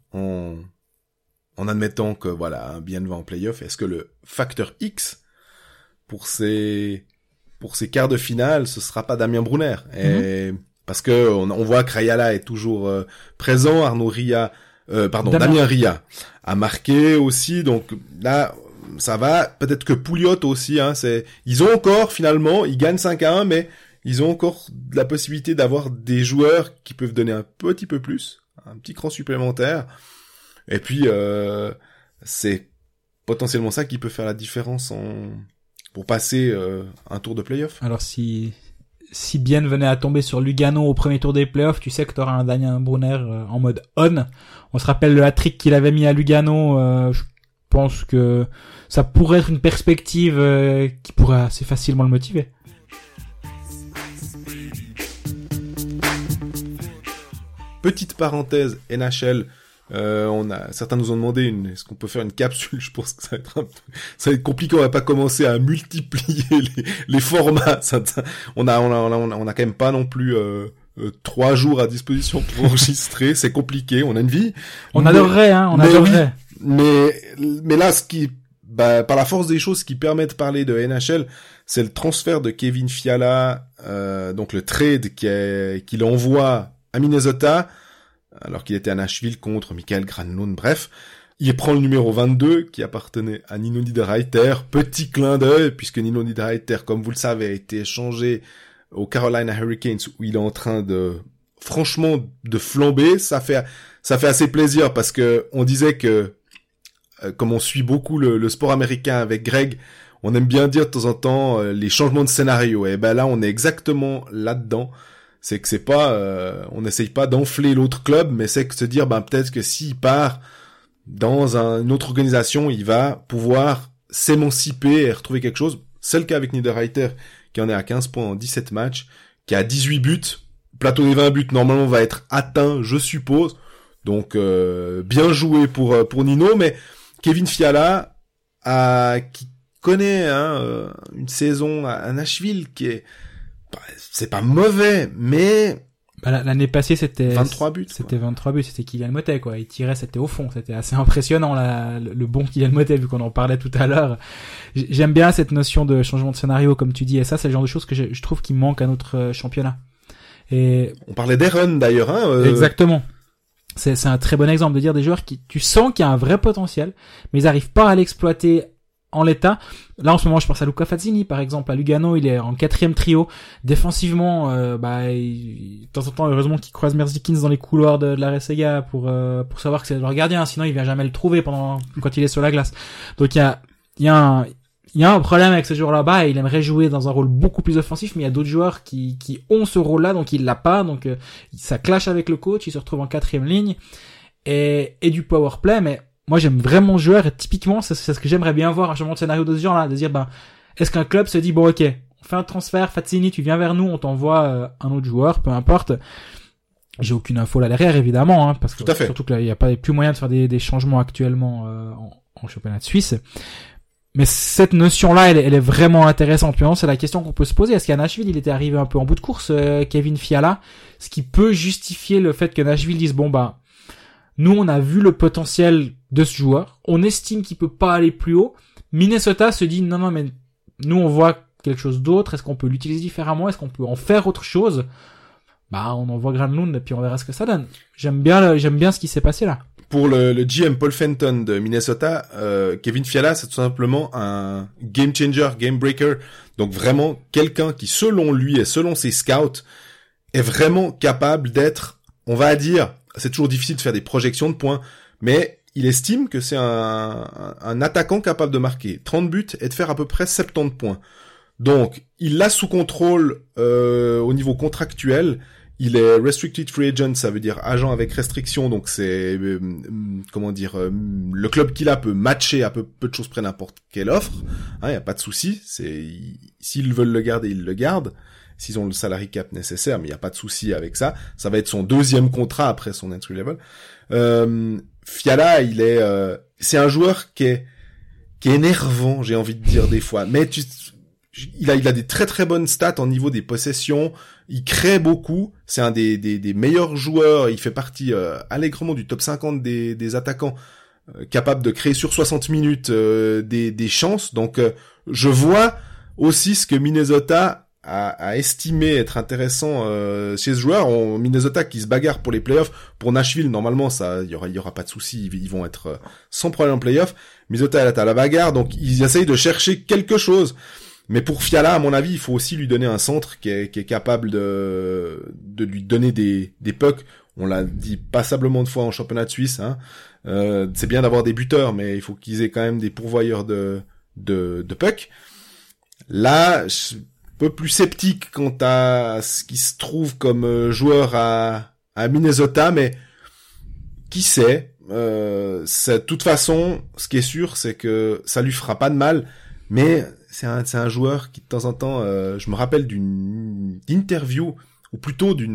en admettant que Bienne va en play-off, est-ce que le facteur X pour ces quarts de finale, ce sera pas Damien Brunner? Et parce que on voit que Rayala est toujours présent, Damien Ria a marqué aussi, donc là ça va. Peut-être que Pouliot aussi, ils ont encore finalement, ils gagnent 5-1, mais ils ont encore la possibilité d'avoir des joueurs qui peuvent donner un petit peu plus, un petit cran supplémentaire. Et puis c'est potentiellement ça qui peut faire la différence pour passer un tour de play-off. Alors si Bienne venait à tomber sur Lugano au premier tour des playoffs, tu sais que t'auras un Damien Brunner en mode on. On se rappelle le hat-trick qu'il avait mis à Lugano. Je pense que ça pourrait être une perspective qui pourrait assez facilement le motiver. Petite parenthèse NHL, Certains nous ont demandé est-ce qu'on peut faire une capsule. Je pense que ça va être compliqué. On va pas commencer à multiplier les formats. On a quand même pas non plus 3 jours à disposition pour enregistrer. C'est compliqué. On a une vie. On adorerait. Mais là, par la force des choses, ce qui permet de parler de NHL, c'est le transfert de Kevin Fiala, donc le trade qu'il envoie à Minnesota, alors qu'il était à Nashville contre Mikael Granlund, bref. Il prend le numéro 22, qui appartenait à Nino Niederreiter. Petit clin d'œil, puisque Nino Niederreiter, comme vous le savez, a été échangé aux Carolina Hurricanes, où il est en train franchement, de flamber. Ça fait assez plaisir, parce que on disait que, comme on suit beaucoup le sport américain avec Greg, on aime bien dire de temps en temps les changements de scénario. Et ben là, on est exactement là-dedans. C'est que c'est pas, on n'essaye pas d'enfler l'autre club, mais c'est que se dire, peut-être que s'il part dans une autre organisation, il va pouvoir s'émanciper et retrouver quelque chose. C'est le cas avec Niederreiter, qui en est à 15 points en 17 matchs, qui a 18 buts. Plateau des 20 buts, normalement, va être atteint, je suppose. Donc, bien joué pour Nino, mais Kevin Fiala, qui connaît une saison à Nashville c'est pas mauvais, mais l'année passée c'était 23 buts. C'était 23 buts, c'était Kylian Motet quoi. Il tirait, c'était au fond, c'était assez impressionnant le bon Kylian Motet vu qu'on en parlait tout à l'heure. J'aime bien cette notion de changement de scénario comme tu dis, et ça c'est le genre de choses que je trouve qui manque à notre championnat. Et on parlait d'Aaron d'ailleurs Exactement. C'est un très bon exemple de dire des joueurs qui tu sens qu'il y a un vrai potentiel, mais ils arrivent pas à l'exploiter en l'état. Là en ce moment je pense à Luca Fazzini par exemple, à Lugano, il est en 4e trio défensivement, de temps en temps heureusement qu'il croise Merzlikins dans les couloirs de la Resega pour savoir que c'est leur gardien, sinon il vient jamais le trouver quand il est sur la glace. Donc il y a un problème avec ce joueur là-bas, et il aimerait jouer dans un rôle beaucoup plus offensif, mais il y a d'autres joueurs qui ont ce rôle-là, donc il l'a pas, donc ça clash avec le coach, il se retrouve en 4e ligne et du power play. Mais moi j'aime vraiment ce joueur, et typiquement c'est ce que j'aimerais bien voir, un changement de scénario de ce genre là, de dire est-ce qu'un club se dit bon ok, on fait un transfert, Fazzini tu viens vers nous, on t'envoie un autre joueur, peu importe. J'ai aucune info là derrière évidemment, parce que surtout que là il y a pas plus moyen de faire des changements actuellement en championnat de Suisse. Mais cette notion-là, elle est vraiment intéressante. Puis c'est la question qu'on peut se poser. Est-ce qu'à Nashville, il était arrivé un peu en bout de course, Kevin Fiala, ce qui peut justifier le fait que Nashville dise nous on a vu le potentiel de ce joueur, on estime qu'il peut pas aller plus haut. Minnesota se dit non mais nous on voit quelque chose d'autre. Est-ce qu'on peut l'utiliser différemment? Est-ce qu'on peut en faire autre chose? On envoie Granlund et puis on verra ce que ça donne. J'aime bien ce qui s'est passé là. Pour le GM Paul Fenton de Minnesota, Kevin Fiala, c'est tout simplement un game changer, game breaker. Donc vraiment quelqu'un qui, selon lui et selon ses scouts, est vraiment capable d'être, on va dire, c'est toujours difficile de faire des projections de points, mais il estime que c'est un attaquant capable de marquer 30 buts et de faire à peu près 70 points. Donc il l'a sous contrôle au niveau contractuel. Il est restricted free agent, ça veut dire agent avec restriction, donc c'est le club qu'il a peut matcher à peu de choses près n'importe quelle offre. Y a pas de souci, s'ils veulent le garder, ils le gardent. S'ils ont le salary cap nécessaire, mais il y a pas de souci avec ça. Ça va être son 2e contrat après son entry level. Fiala, c'est un joueur qui est énervant, j'ai envie de dire des fois, mais il a des très très bonnes stats au niveau des possessions, il crée beaucoup, c'est un des meilleurs joueurs, il fait partie allègrement du top 50 des attaquants capables de créer sur 60 minutes des chances. Donc je vois aussi ce que Minnesota a estimé être intéressant chez ce joueur. Minnesota qui se bagarre pour les playoffs. Pour Nashville, normalement il y aura pas de souci, ils vont être sans problème en playoffs. Minnesota est à la bagarre, donc ils essayent de chercher quelque chose. Mais pour Fiala, à mon avis, il faut aussi lui donner un centre qui est capable de lui donner des pucks. On l'a dit passablement de fois en championnat de Suisse. C'est bien d'avoir des buteurs, mais il faut qu'ils aient quand même des pourvoyeurs de pucks. Là, je suis un peu plus sceptique quant à ce qui se trouve comme joueur à Minnesota, mais qui sait. De toute façon, ce qui est sûr, c'est que ça lui fera pas de mal, mais c'est un joueur qui de temps en temps, je me rappelle d'une interview, ou plutôt d'une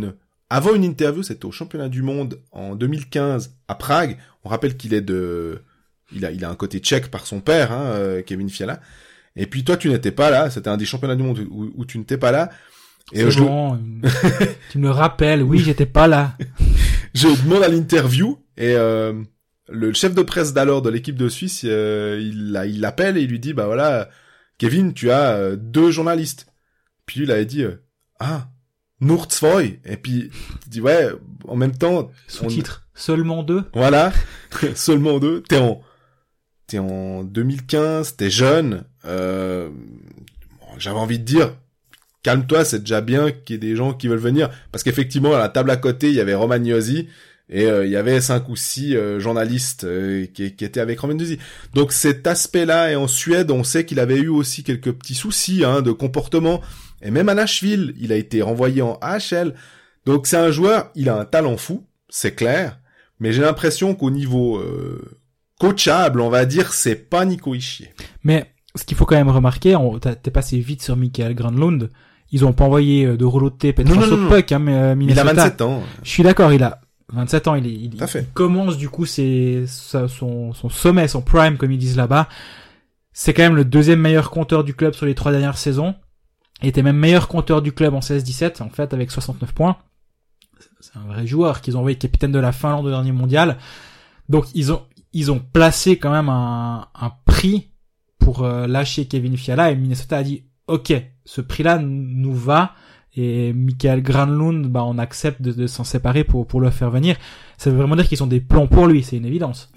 avant une interview, c'était au championnat du monde en 2015 à Prague. On rappelle qu'il est il a un côté tchèque par son père, Kevin Fiala. Et puis toi, tu n'étais pas là. C'était un des championnats du monde où tu n'étais pas là. Et C'est bon, tu me le rappelles. Oui, j'étais pas là. Je demande à l'interview et le chef de presse d'alors de l'équipe de Suisse, il l'appelle et il lui dit, bah voilà, Kevin, tu as 2 journalistes. Puis lui, il avait dit, nur zwei. Et puis, il dit, ouais, en même temps... Sous-titre, seulement 2. Voilà, seulement 2. T'es en 2015, t'es jeune. J'avais envie de dire, calme-toi, c'est déjà bien qu'il y ait des gens qui veulent venir. Parce qu'effectivement, à la table à côté, il y avait Romagnosi. Et il y avait 5 ou 6 journalistes qui étaient avec Romagnosi. Donc cet aspect-là, et en Suède, on sait qu'il avait eu aussi quelques petits soucis de comportement. Et même à Nashville, il a été renvoyé en AHL. Donc c'est un joueur, il a un talent fou, c'est clair. Mais j'ai l'impression qu'au niveau coachable, on va dire, c'est pas Nico Hischier. Mais ce qu'il faut quand même remarquer, t'es passé vite sur Mikael Granlund. Ils ont pas envoyé de rouleau de tape et de transfert de puck, mais Minnesota. Il a 27 ans. Je suis d'accord, il a 27 ans, il commence du coup son sommet, son prime comme ils disent là-bas. C'est quand même le 2e meilleur compteur du club sur les 3 dernières saisons. Il était même meilleur compteur du club en 16-17 en fait avec 69 points. C'est un vrai joueur qu'ils ont envoyé capitaine de la Finlande au dernier mondial. Donc ils ont placé quand même un prix pour lâcher Kevin Fiala et Minnesota a dit OK, ce prix-là nous va. Et Mikael Granlund, on accepte de s'en séparer pour le faire venir. Ça veut vraiment dire qu'ils sont des plombs pour lui, c'est une évidence.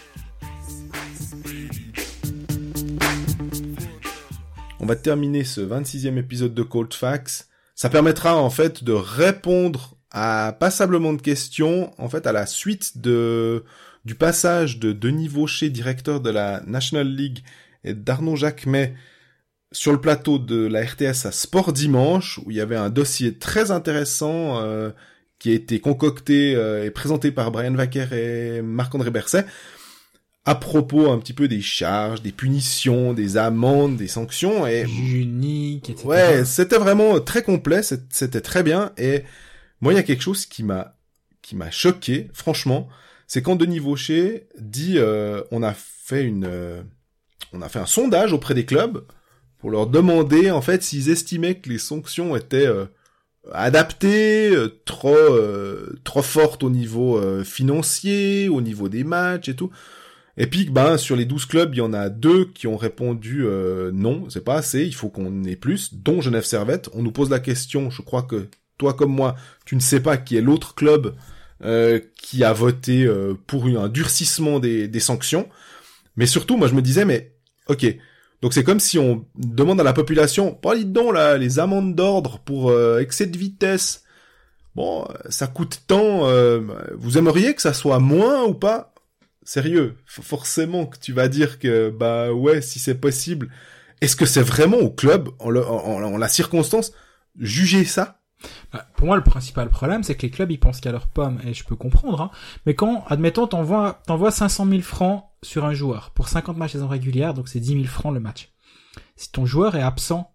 On va terminer ce 26e épisode de Cold Facts. Ça permettra en fait de répondre à passablement de questions, en fait à la suite du passage de Denis Vaucher, directeur de la National League, et d'Arnaud Jacquemet, sur le plateau de la RTS à Sport Dimanche, où il y avait un dossier très intéressant qui a été concocté et présenté par Brian Wacker et Marc-André Berset, à propos un petit peu des charges, des punitions, des amendes, des sanctions. Et unique, etc. Ouais, c'était vraiment très complet, c'était très bien. Et moi, il y a quelque chose qui m'a choqué, franchement, c'est quand Denis Vaucher dit on a fait un sondage auprès des clubs pour leur demander, en fait, s'ils estimaient que les sanctions étaient adaptées, trop fortes au niveau financier, au niveau des matchs et tout. Et puis, sur les 12 clubs, il y en a 2 qui ont répondu non, c'est pas assez, il faut qu'on ait plus, dont Genève Servette. On nous pose la question, je crois que toi comme moi, tu ne sais pas qui est l'autre club qui a voté pour un durcissement des sanctions. Mais surtout, moi je me disais, mais ok, donc c'est comme si on demande à la population, dites donc là, les amendes d'ordre pour excès de vitesse, bon, ça coûte tant, vous aimeriez que ça soit moins ou pas? Sérieux, forcément que tu vas dire que, ouais, si c'est possible. Est-ce que c'est vraiment au club, en la circonstance, juger ça? Pour moi, le principal problème, c'est que les clubs, ils pensent qu'à leur pomme, et je peux comprendre, mais quand, admettons, t'envoies 500 000 francs sur un joueur, pour 50 matchs saison régulière, donc c'est 10 000 francs le match. Si ton joueur est absent,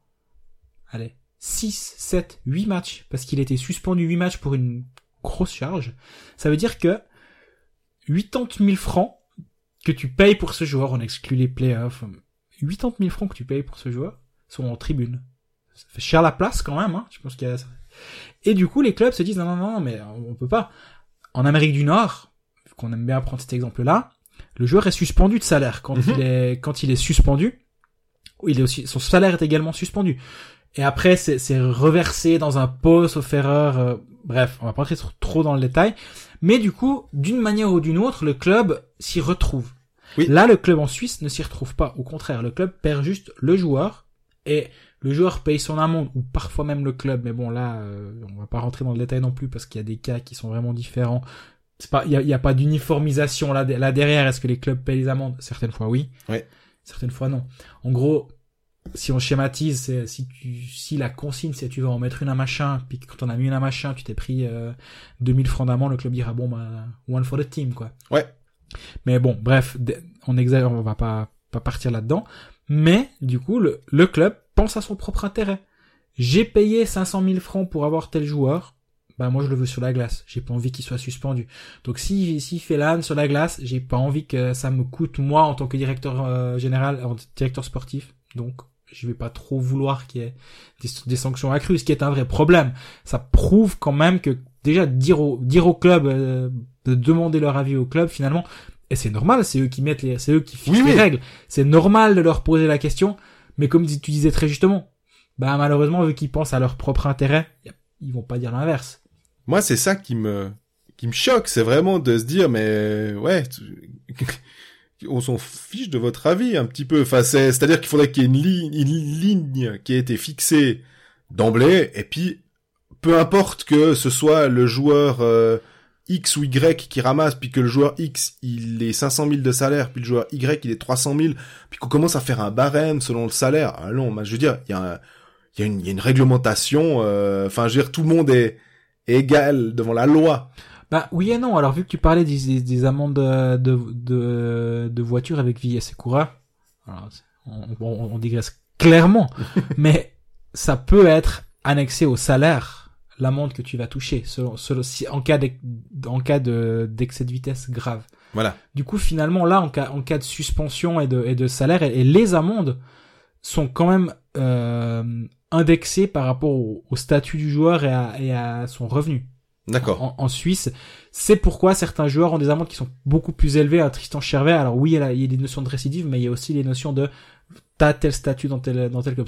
6, 7, 8 matchs, parce qu'il a été suspendu 8 matchs pour une grosse charge, ça veut dire que 80 000 francs que tu payes pour ce joueur, on exclut les playoffs, 80 000 francs que tu payes pour ce joueur sont en tribune. Ça fait cher la place quand même, je pense qu'il y a ça. Et du coup, les clubs se disent non, mais on peut pas. En Amérique du Nord, vu qu'on aime bien prendre cet exemple-là, le joueur est suspendu de salaire quand il est suspendu. Son salaire est également suspendu. Et après, c'est reversé dans un pot, sauf erreur. Bref, on va pas rentrer trop dans le détail. Mais du coup, d'une manière ou d'une autre, le club s'y retrouve. Oui. Là, le club en Suisse ne s'y retrouve pas. Au contraire, le club perd juste le joueur et le joueur paye son amende, ou parfois même le club. Mais bon, là, on va pas rentrer dans le détail non plus parce qu'il y a des cas qui sont vraiment différents. Il y a pas d'uniformisation là derrière. Est-ce que les clubs payent les amendes? Certaines fois oui. Ouais. Certaines fois non. En gros, si on schématise, si la consigne, c'est tu vas en mettre une à machin, puis quand on a mis une à machin, tu t'es pris 2000 francs d'amende, le club dira one for the team, quoi. Ouais. Mais bon, bref, on va pas partir là-dedans. Mais du coup, le club pense à son propre intérêt. J'ai payé 500 000 francs pour avoir tel joueur, bah moi je le veux sur la glace. J'ai pas envie qu'il soit suspendu. Donc s'il fait l'âne sur la glace, j'ai pas envie que ça me coûte moi en tant que directeur général, directeur sportif. Donc je vais pas trop vouloir qu'il y ait des sanctions accrues, ce qui est un vrai problème. Ça prouve quand même que déjà dire au club, de demander leur avis au club finalement, et c'est normal, c'est eux qui fixent les règles. C'est normal de leur poser la question, mais comme tu disais très justement, bah malheureusement vu qu'ils pensent à leur propre intérêt, ils vont pas dire l'inverse. Moi, c'est ça qui me choque, c'est vraiment de se dire, mais ouais, on s'en fiche de votre avis un petit peu. Enfin, c'est-à-dire qu'il faudrait qu'il y ait une ligne qui ait été fixée d'emblée, et puis peu importe que ce soit le joueur X ou Y qui ramasse, puis que le joueur X il ait 500 000 de salaire, puis le joueur Y il ait 300 000, puis qu'on commence à faire un barème selon le salaire. Ah non, je veux dire, il y a une réglementation. Enfin, je veux dire, tout le monde est égal devant la loi. Bah oui et non. Alors vu que tu parlais des amendes de voitures avec Vies et Coura, on digresse clairement, mais ça peut être annexé au salaire l'amende que tu vas toucher selon si en cas d'excès de vitesse grave. Voilà. Du coup finalement là en cas de suspension et de salaire et les amendes sont quand même indexées par rapport au statut du joueur et à son revenu. D'accord. En Suisse, c'est pourquoi certains joueurs ont des amendes qui sont beaucoup plus élevées. Tristan Chervet, alors oui, il y a des notions de récidive, mais il y a aussi les notions de t'as tel statut dans tel club.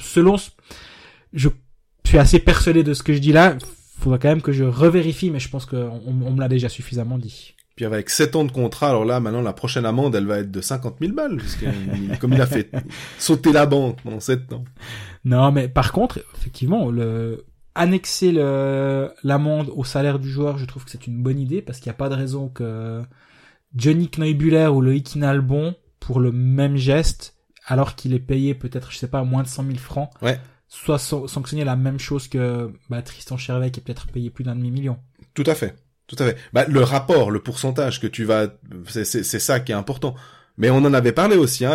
Je suis assez persuadé de ce que je dis là. Faudra quand même que je revérifie, mais je pense qu'on me l'a déjà suffisamment dit. Puis avec 7 ans de contrat, alors là, maintenant, la prochaine amende, elle va être de 50 000 balles, comme il a fait sauter la banque pendant 7 ans. Non, mais par contre, effectivement, annexer l'amende au salaire du joueur, je trouve que c'est une bonne idée, parce qu'il n'y a pas de raison que Johnny Kneubuller ou Loïc Nalbon, pour le même geste, alors qu'il est payé peut-être, je sais pas, moins de 100 000 francs, ouais, soit sanctionner la même chose que Tristan Chervet, qui est peut-être payé plus d'1,5 million. Tout à fait. Le rapport, le pourcentage que tu vas, c'est ça qui est important. Mais on en avait parlé aussi,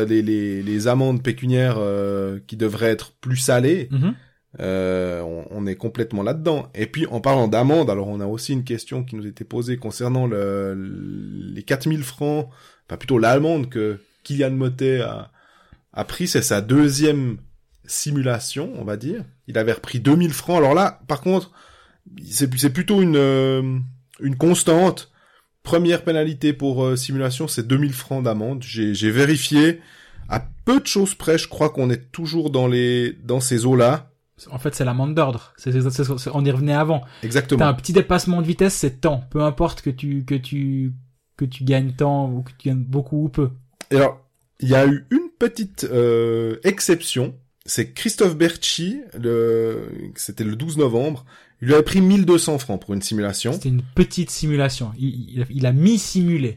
les amendes pécuniaires qui devraient être plus salées. Mm-hmm. On est complètement là-dedans. Et puis en parlant d'amende, alors on a aussi une question qui nous était posée concernant les 4000 francs, enfin plutôt l'amende que Kylian Motet a pris, c'est sa deuxième simulation, on va dire. Il avait repris 2000 francs. Alors là, par contre, c'est plutôt une constante. Première pénalité pour simulation, c'est 2000 francs d'amende. J'ai vérifié. À peu de choses près, je crois qu'on est toujours dans ces eaux-là. En fait, c'est l'amende d'ordre. On y revenait avant. Exactement. T'as un petit dépassement de vitesse, c'est temps. Peu importe que tu gagnes temps ou que tu gagnes beaucoup ou peu. Et alors, il y a eu une petite exception. C'est Christophe Berchi, c'était le 12 novembre. Il lui avait pris 1200 francs pour une simulation. C'était une petite simulation. Il a mi-simulé.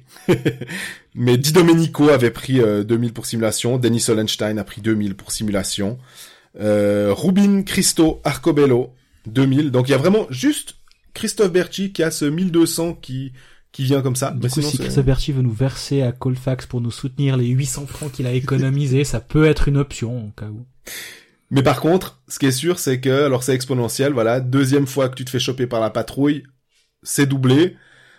Mais Di Domenico avait pris 2000 pour simulation. Denis Hollenstein a pris 2000 pour simulation. Rubin Cristo Arcobello, 2000. Donc il y a vraiment juste Christophe Berchi qui a ce 1200 qui vient comme ça. Du coup, si Christophe Berchi veut nous verser à Colfax pour nous soutenir les 800 francs qu'il a économisés, ça peut être une option, au cas où. Mais par contre, ce qui est sûr, c'est que, alors c'est exponentiel, voilà, deuxième fois que tu te fais choper par la patrouille, c'est doublé.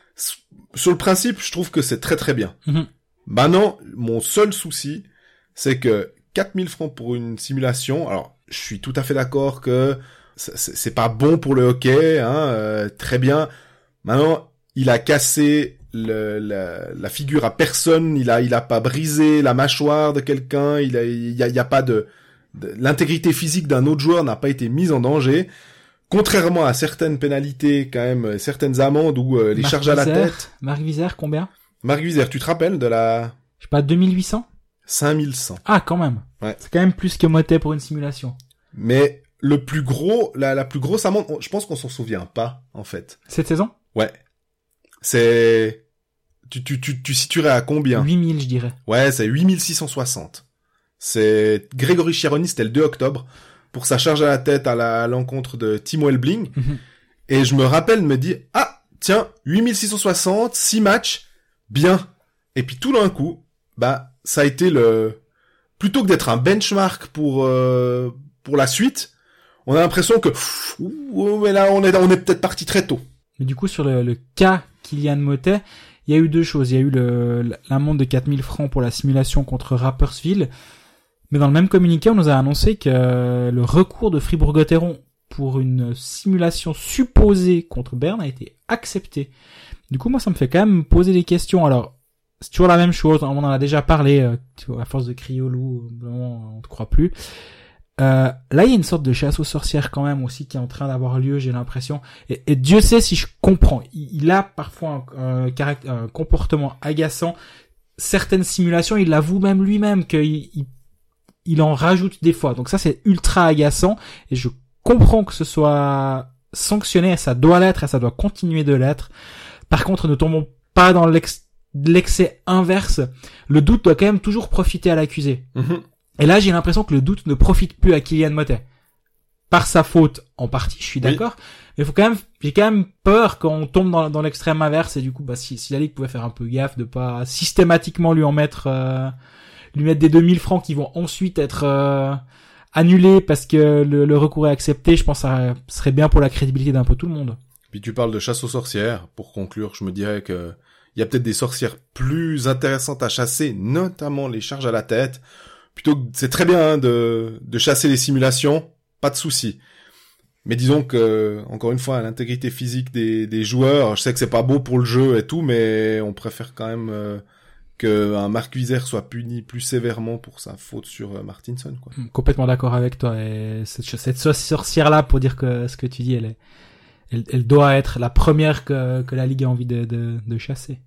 Sur le principe, je trouve que c'est très très bien. Mm-hmm. Maintenant, mon seul souci, c'est que 4000 francs pour une simulation, alors, je suis tout à fait d'accord que c'est pas bon pour le hockey, très bien. Maintenant, il a cassé la figure à personne, il a pas brisé la mâchoire de quelqu'un, il y a pas l'intégrité physique d'un autre joueur n'a pas été mise en danger. Contrairement à certaines pénalités, quand même, certaines amendes ou les charges à la tête. Marc Vizère, combien? Marc Vizère, tu te rappelles de la... Je sais pas, 2800? 5100. Ah, quand même. Ouais. C'est quand même plus que Motet pour une simulation. Mais le plus gros, la plus grosse amende, je pense qu'on s'en souvient pas, en fait. Cette saison? Ouais. C'est... Tu situerais à combien? 8000, je dirais. Ouais, c'est 8660. C'est Grégory Chiaroni, c'était le 2 octobre, pour sa charge à la tête à l'encontre de Timo Elbling. Mm-hmm. Et je me rappelle me dire, ah, tiens, 8660, 6 matchs, bien. Et puis tout d'un coup, ça a été plutôt que d'être un benchmark pour la suite, on a l'impression que, mais là, on est peut-être parti très tôt. Mais du coup, sur le cas Kylian Motet, il y a eu deux choses. Il y a eu l'amende de 4000 francs pour la simulation contre Rapperswil. Mais dans le même communiqué, on nous a annoncé que le recours de Fribourg-Gotteron pour une simulation supposée contre Berne a été accepté. Du coup, moi, ça me fait quand même poser des questions. Alors, c'est toujours la même chose. On en a déjà parlé. À force de crier au loup, vraiment, on te croit plus. Là, il y a une sorte de chasse aux sorcières quand même aussi qui est en train d'avoir lieu, j'ai l'impression. Et Dieu sait si je comprends. Il a parfois un comportement agaçant. Certaines simulations, il l'avoue même lui-même qu'il en rajoute des fois. Donc ça, c'est ultra agaçant. Et je comprends que ce soit sanctionné. Et ça doit l'être et ça doit continuer de l'être. Par contre, ne tombons pas dans l'excès inverse. Le doute doit quand même toujours profiter à l'accusé. Mm-hmm. Et là, j'ai l'impression que le doute ne profite plus à Kylian Motet. Par sa faute, en partie, je suis d'accord. Mais j'ai quand même peur qu'on tombe dans l'extrême inverse. Et du coup, si la Ligue pouvait faire un peu gaffe de pas systématiquement lui mettre des 2000 francs qui vont ensuite être annulés parce que le recours est accepté, je pense que ça serait bien pour la crédibilité d'un peu tout le monde. Puis tu parles de chasse aux sorcières. Pour conclure, je me dirais que il y a peut-être des sorcières plus intéressantes à chasser, notamment les charges à la tête. Plutôt, c'est très bien de chasser les simulations, pas de souci. Mais disons que, encore une fois, l'intégrité physique des joueurs, je sais que c'est pas beau pour le jeu et tout, mais on préfère quand même qu'un Marc Huizer soit puni plus sévèrement pour sa faute sur Martinson, quoi. Complètement d'accord avec toi. Et cette sorcière-là, pour dire que ce que tu dis, elle doit être la première que la Ligue a envie de chasser.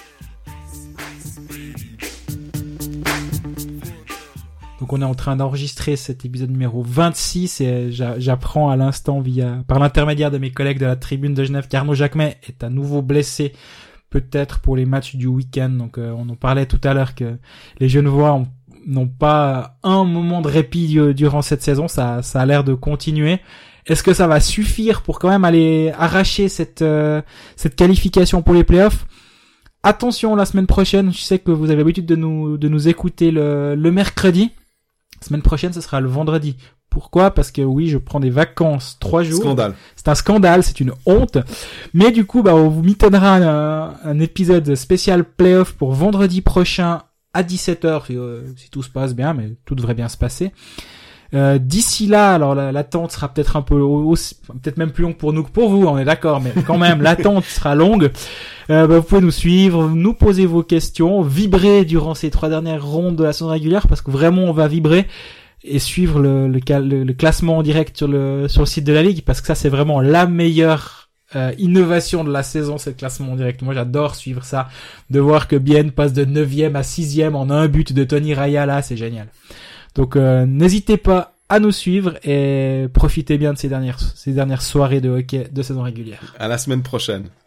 Donc on est en train d'enregistrer cet épisode numéro 26 et j'apprends à l'instant par l'intermédiaire de mes collègues de la tribune de Genève qu'Arnaud Jacquemet est à nouveau blessé, peut-être pour les matchs du week-end. Donc on en parlait tout à l'heure que les Genevois n'ont pas un moment de répit durant cette saison, ça a l'air de continuer. Est-ce que ça va suffire pour quand même aller arracher cette qualification pour les playoffs? Attention, la semaine prochaine, je sais que vous avez l'habitude de nous écouter le mercredi. La semaine prochaine, ce sera le vendredi. Pourquoi? Parce que oui, je prends des vacances 3 jours. Scandale. C'est un scandale, c'est une honte. Mais du coup, on vous mitonnera un épisode spécial playoff pour vendredi prochain à 17h, si tout se passe bien, mais tout devrait bien se passer. D'ici là, alors l'attente sera peut-être un peu peut-être même plus longue pour nous que pour vous, on est d'accord, mais quand même l'attente sera longue. Vous pouvez nous suivre, nous poser vos questions, vibrer durant ces 3 dernières rondes de la saison régulière parce que vraiment on va vibrer et suivre le classement en direct sur le site de la Ligue parce que ça c'est vraiment la meilleure innovation de la saison, c'est le classement en direct. Moi j'adore suivre ça, de voir que Bienne passe de 9e à 6e en un but de Tony Raya, là c'est génial. Donc n'hésitez pas à nous suivre et profitez bien de ces dernières soirées de hockey de saison régulière. À la semaine prochaine.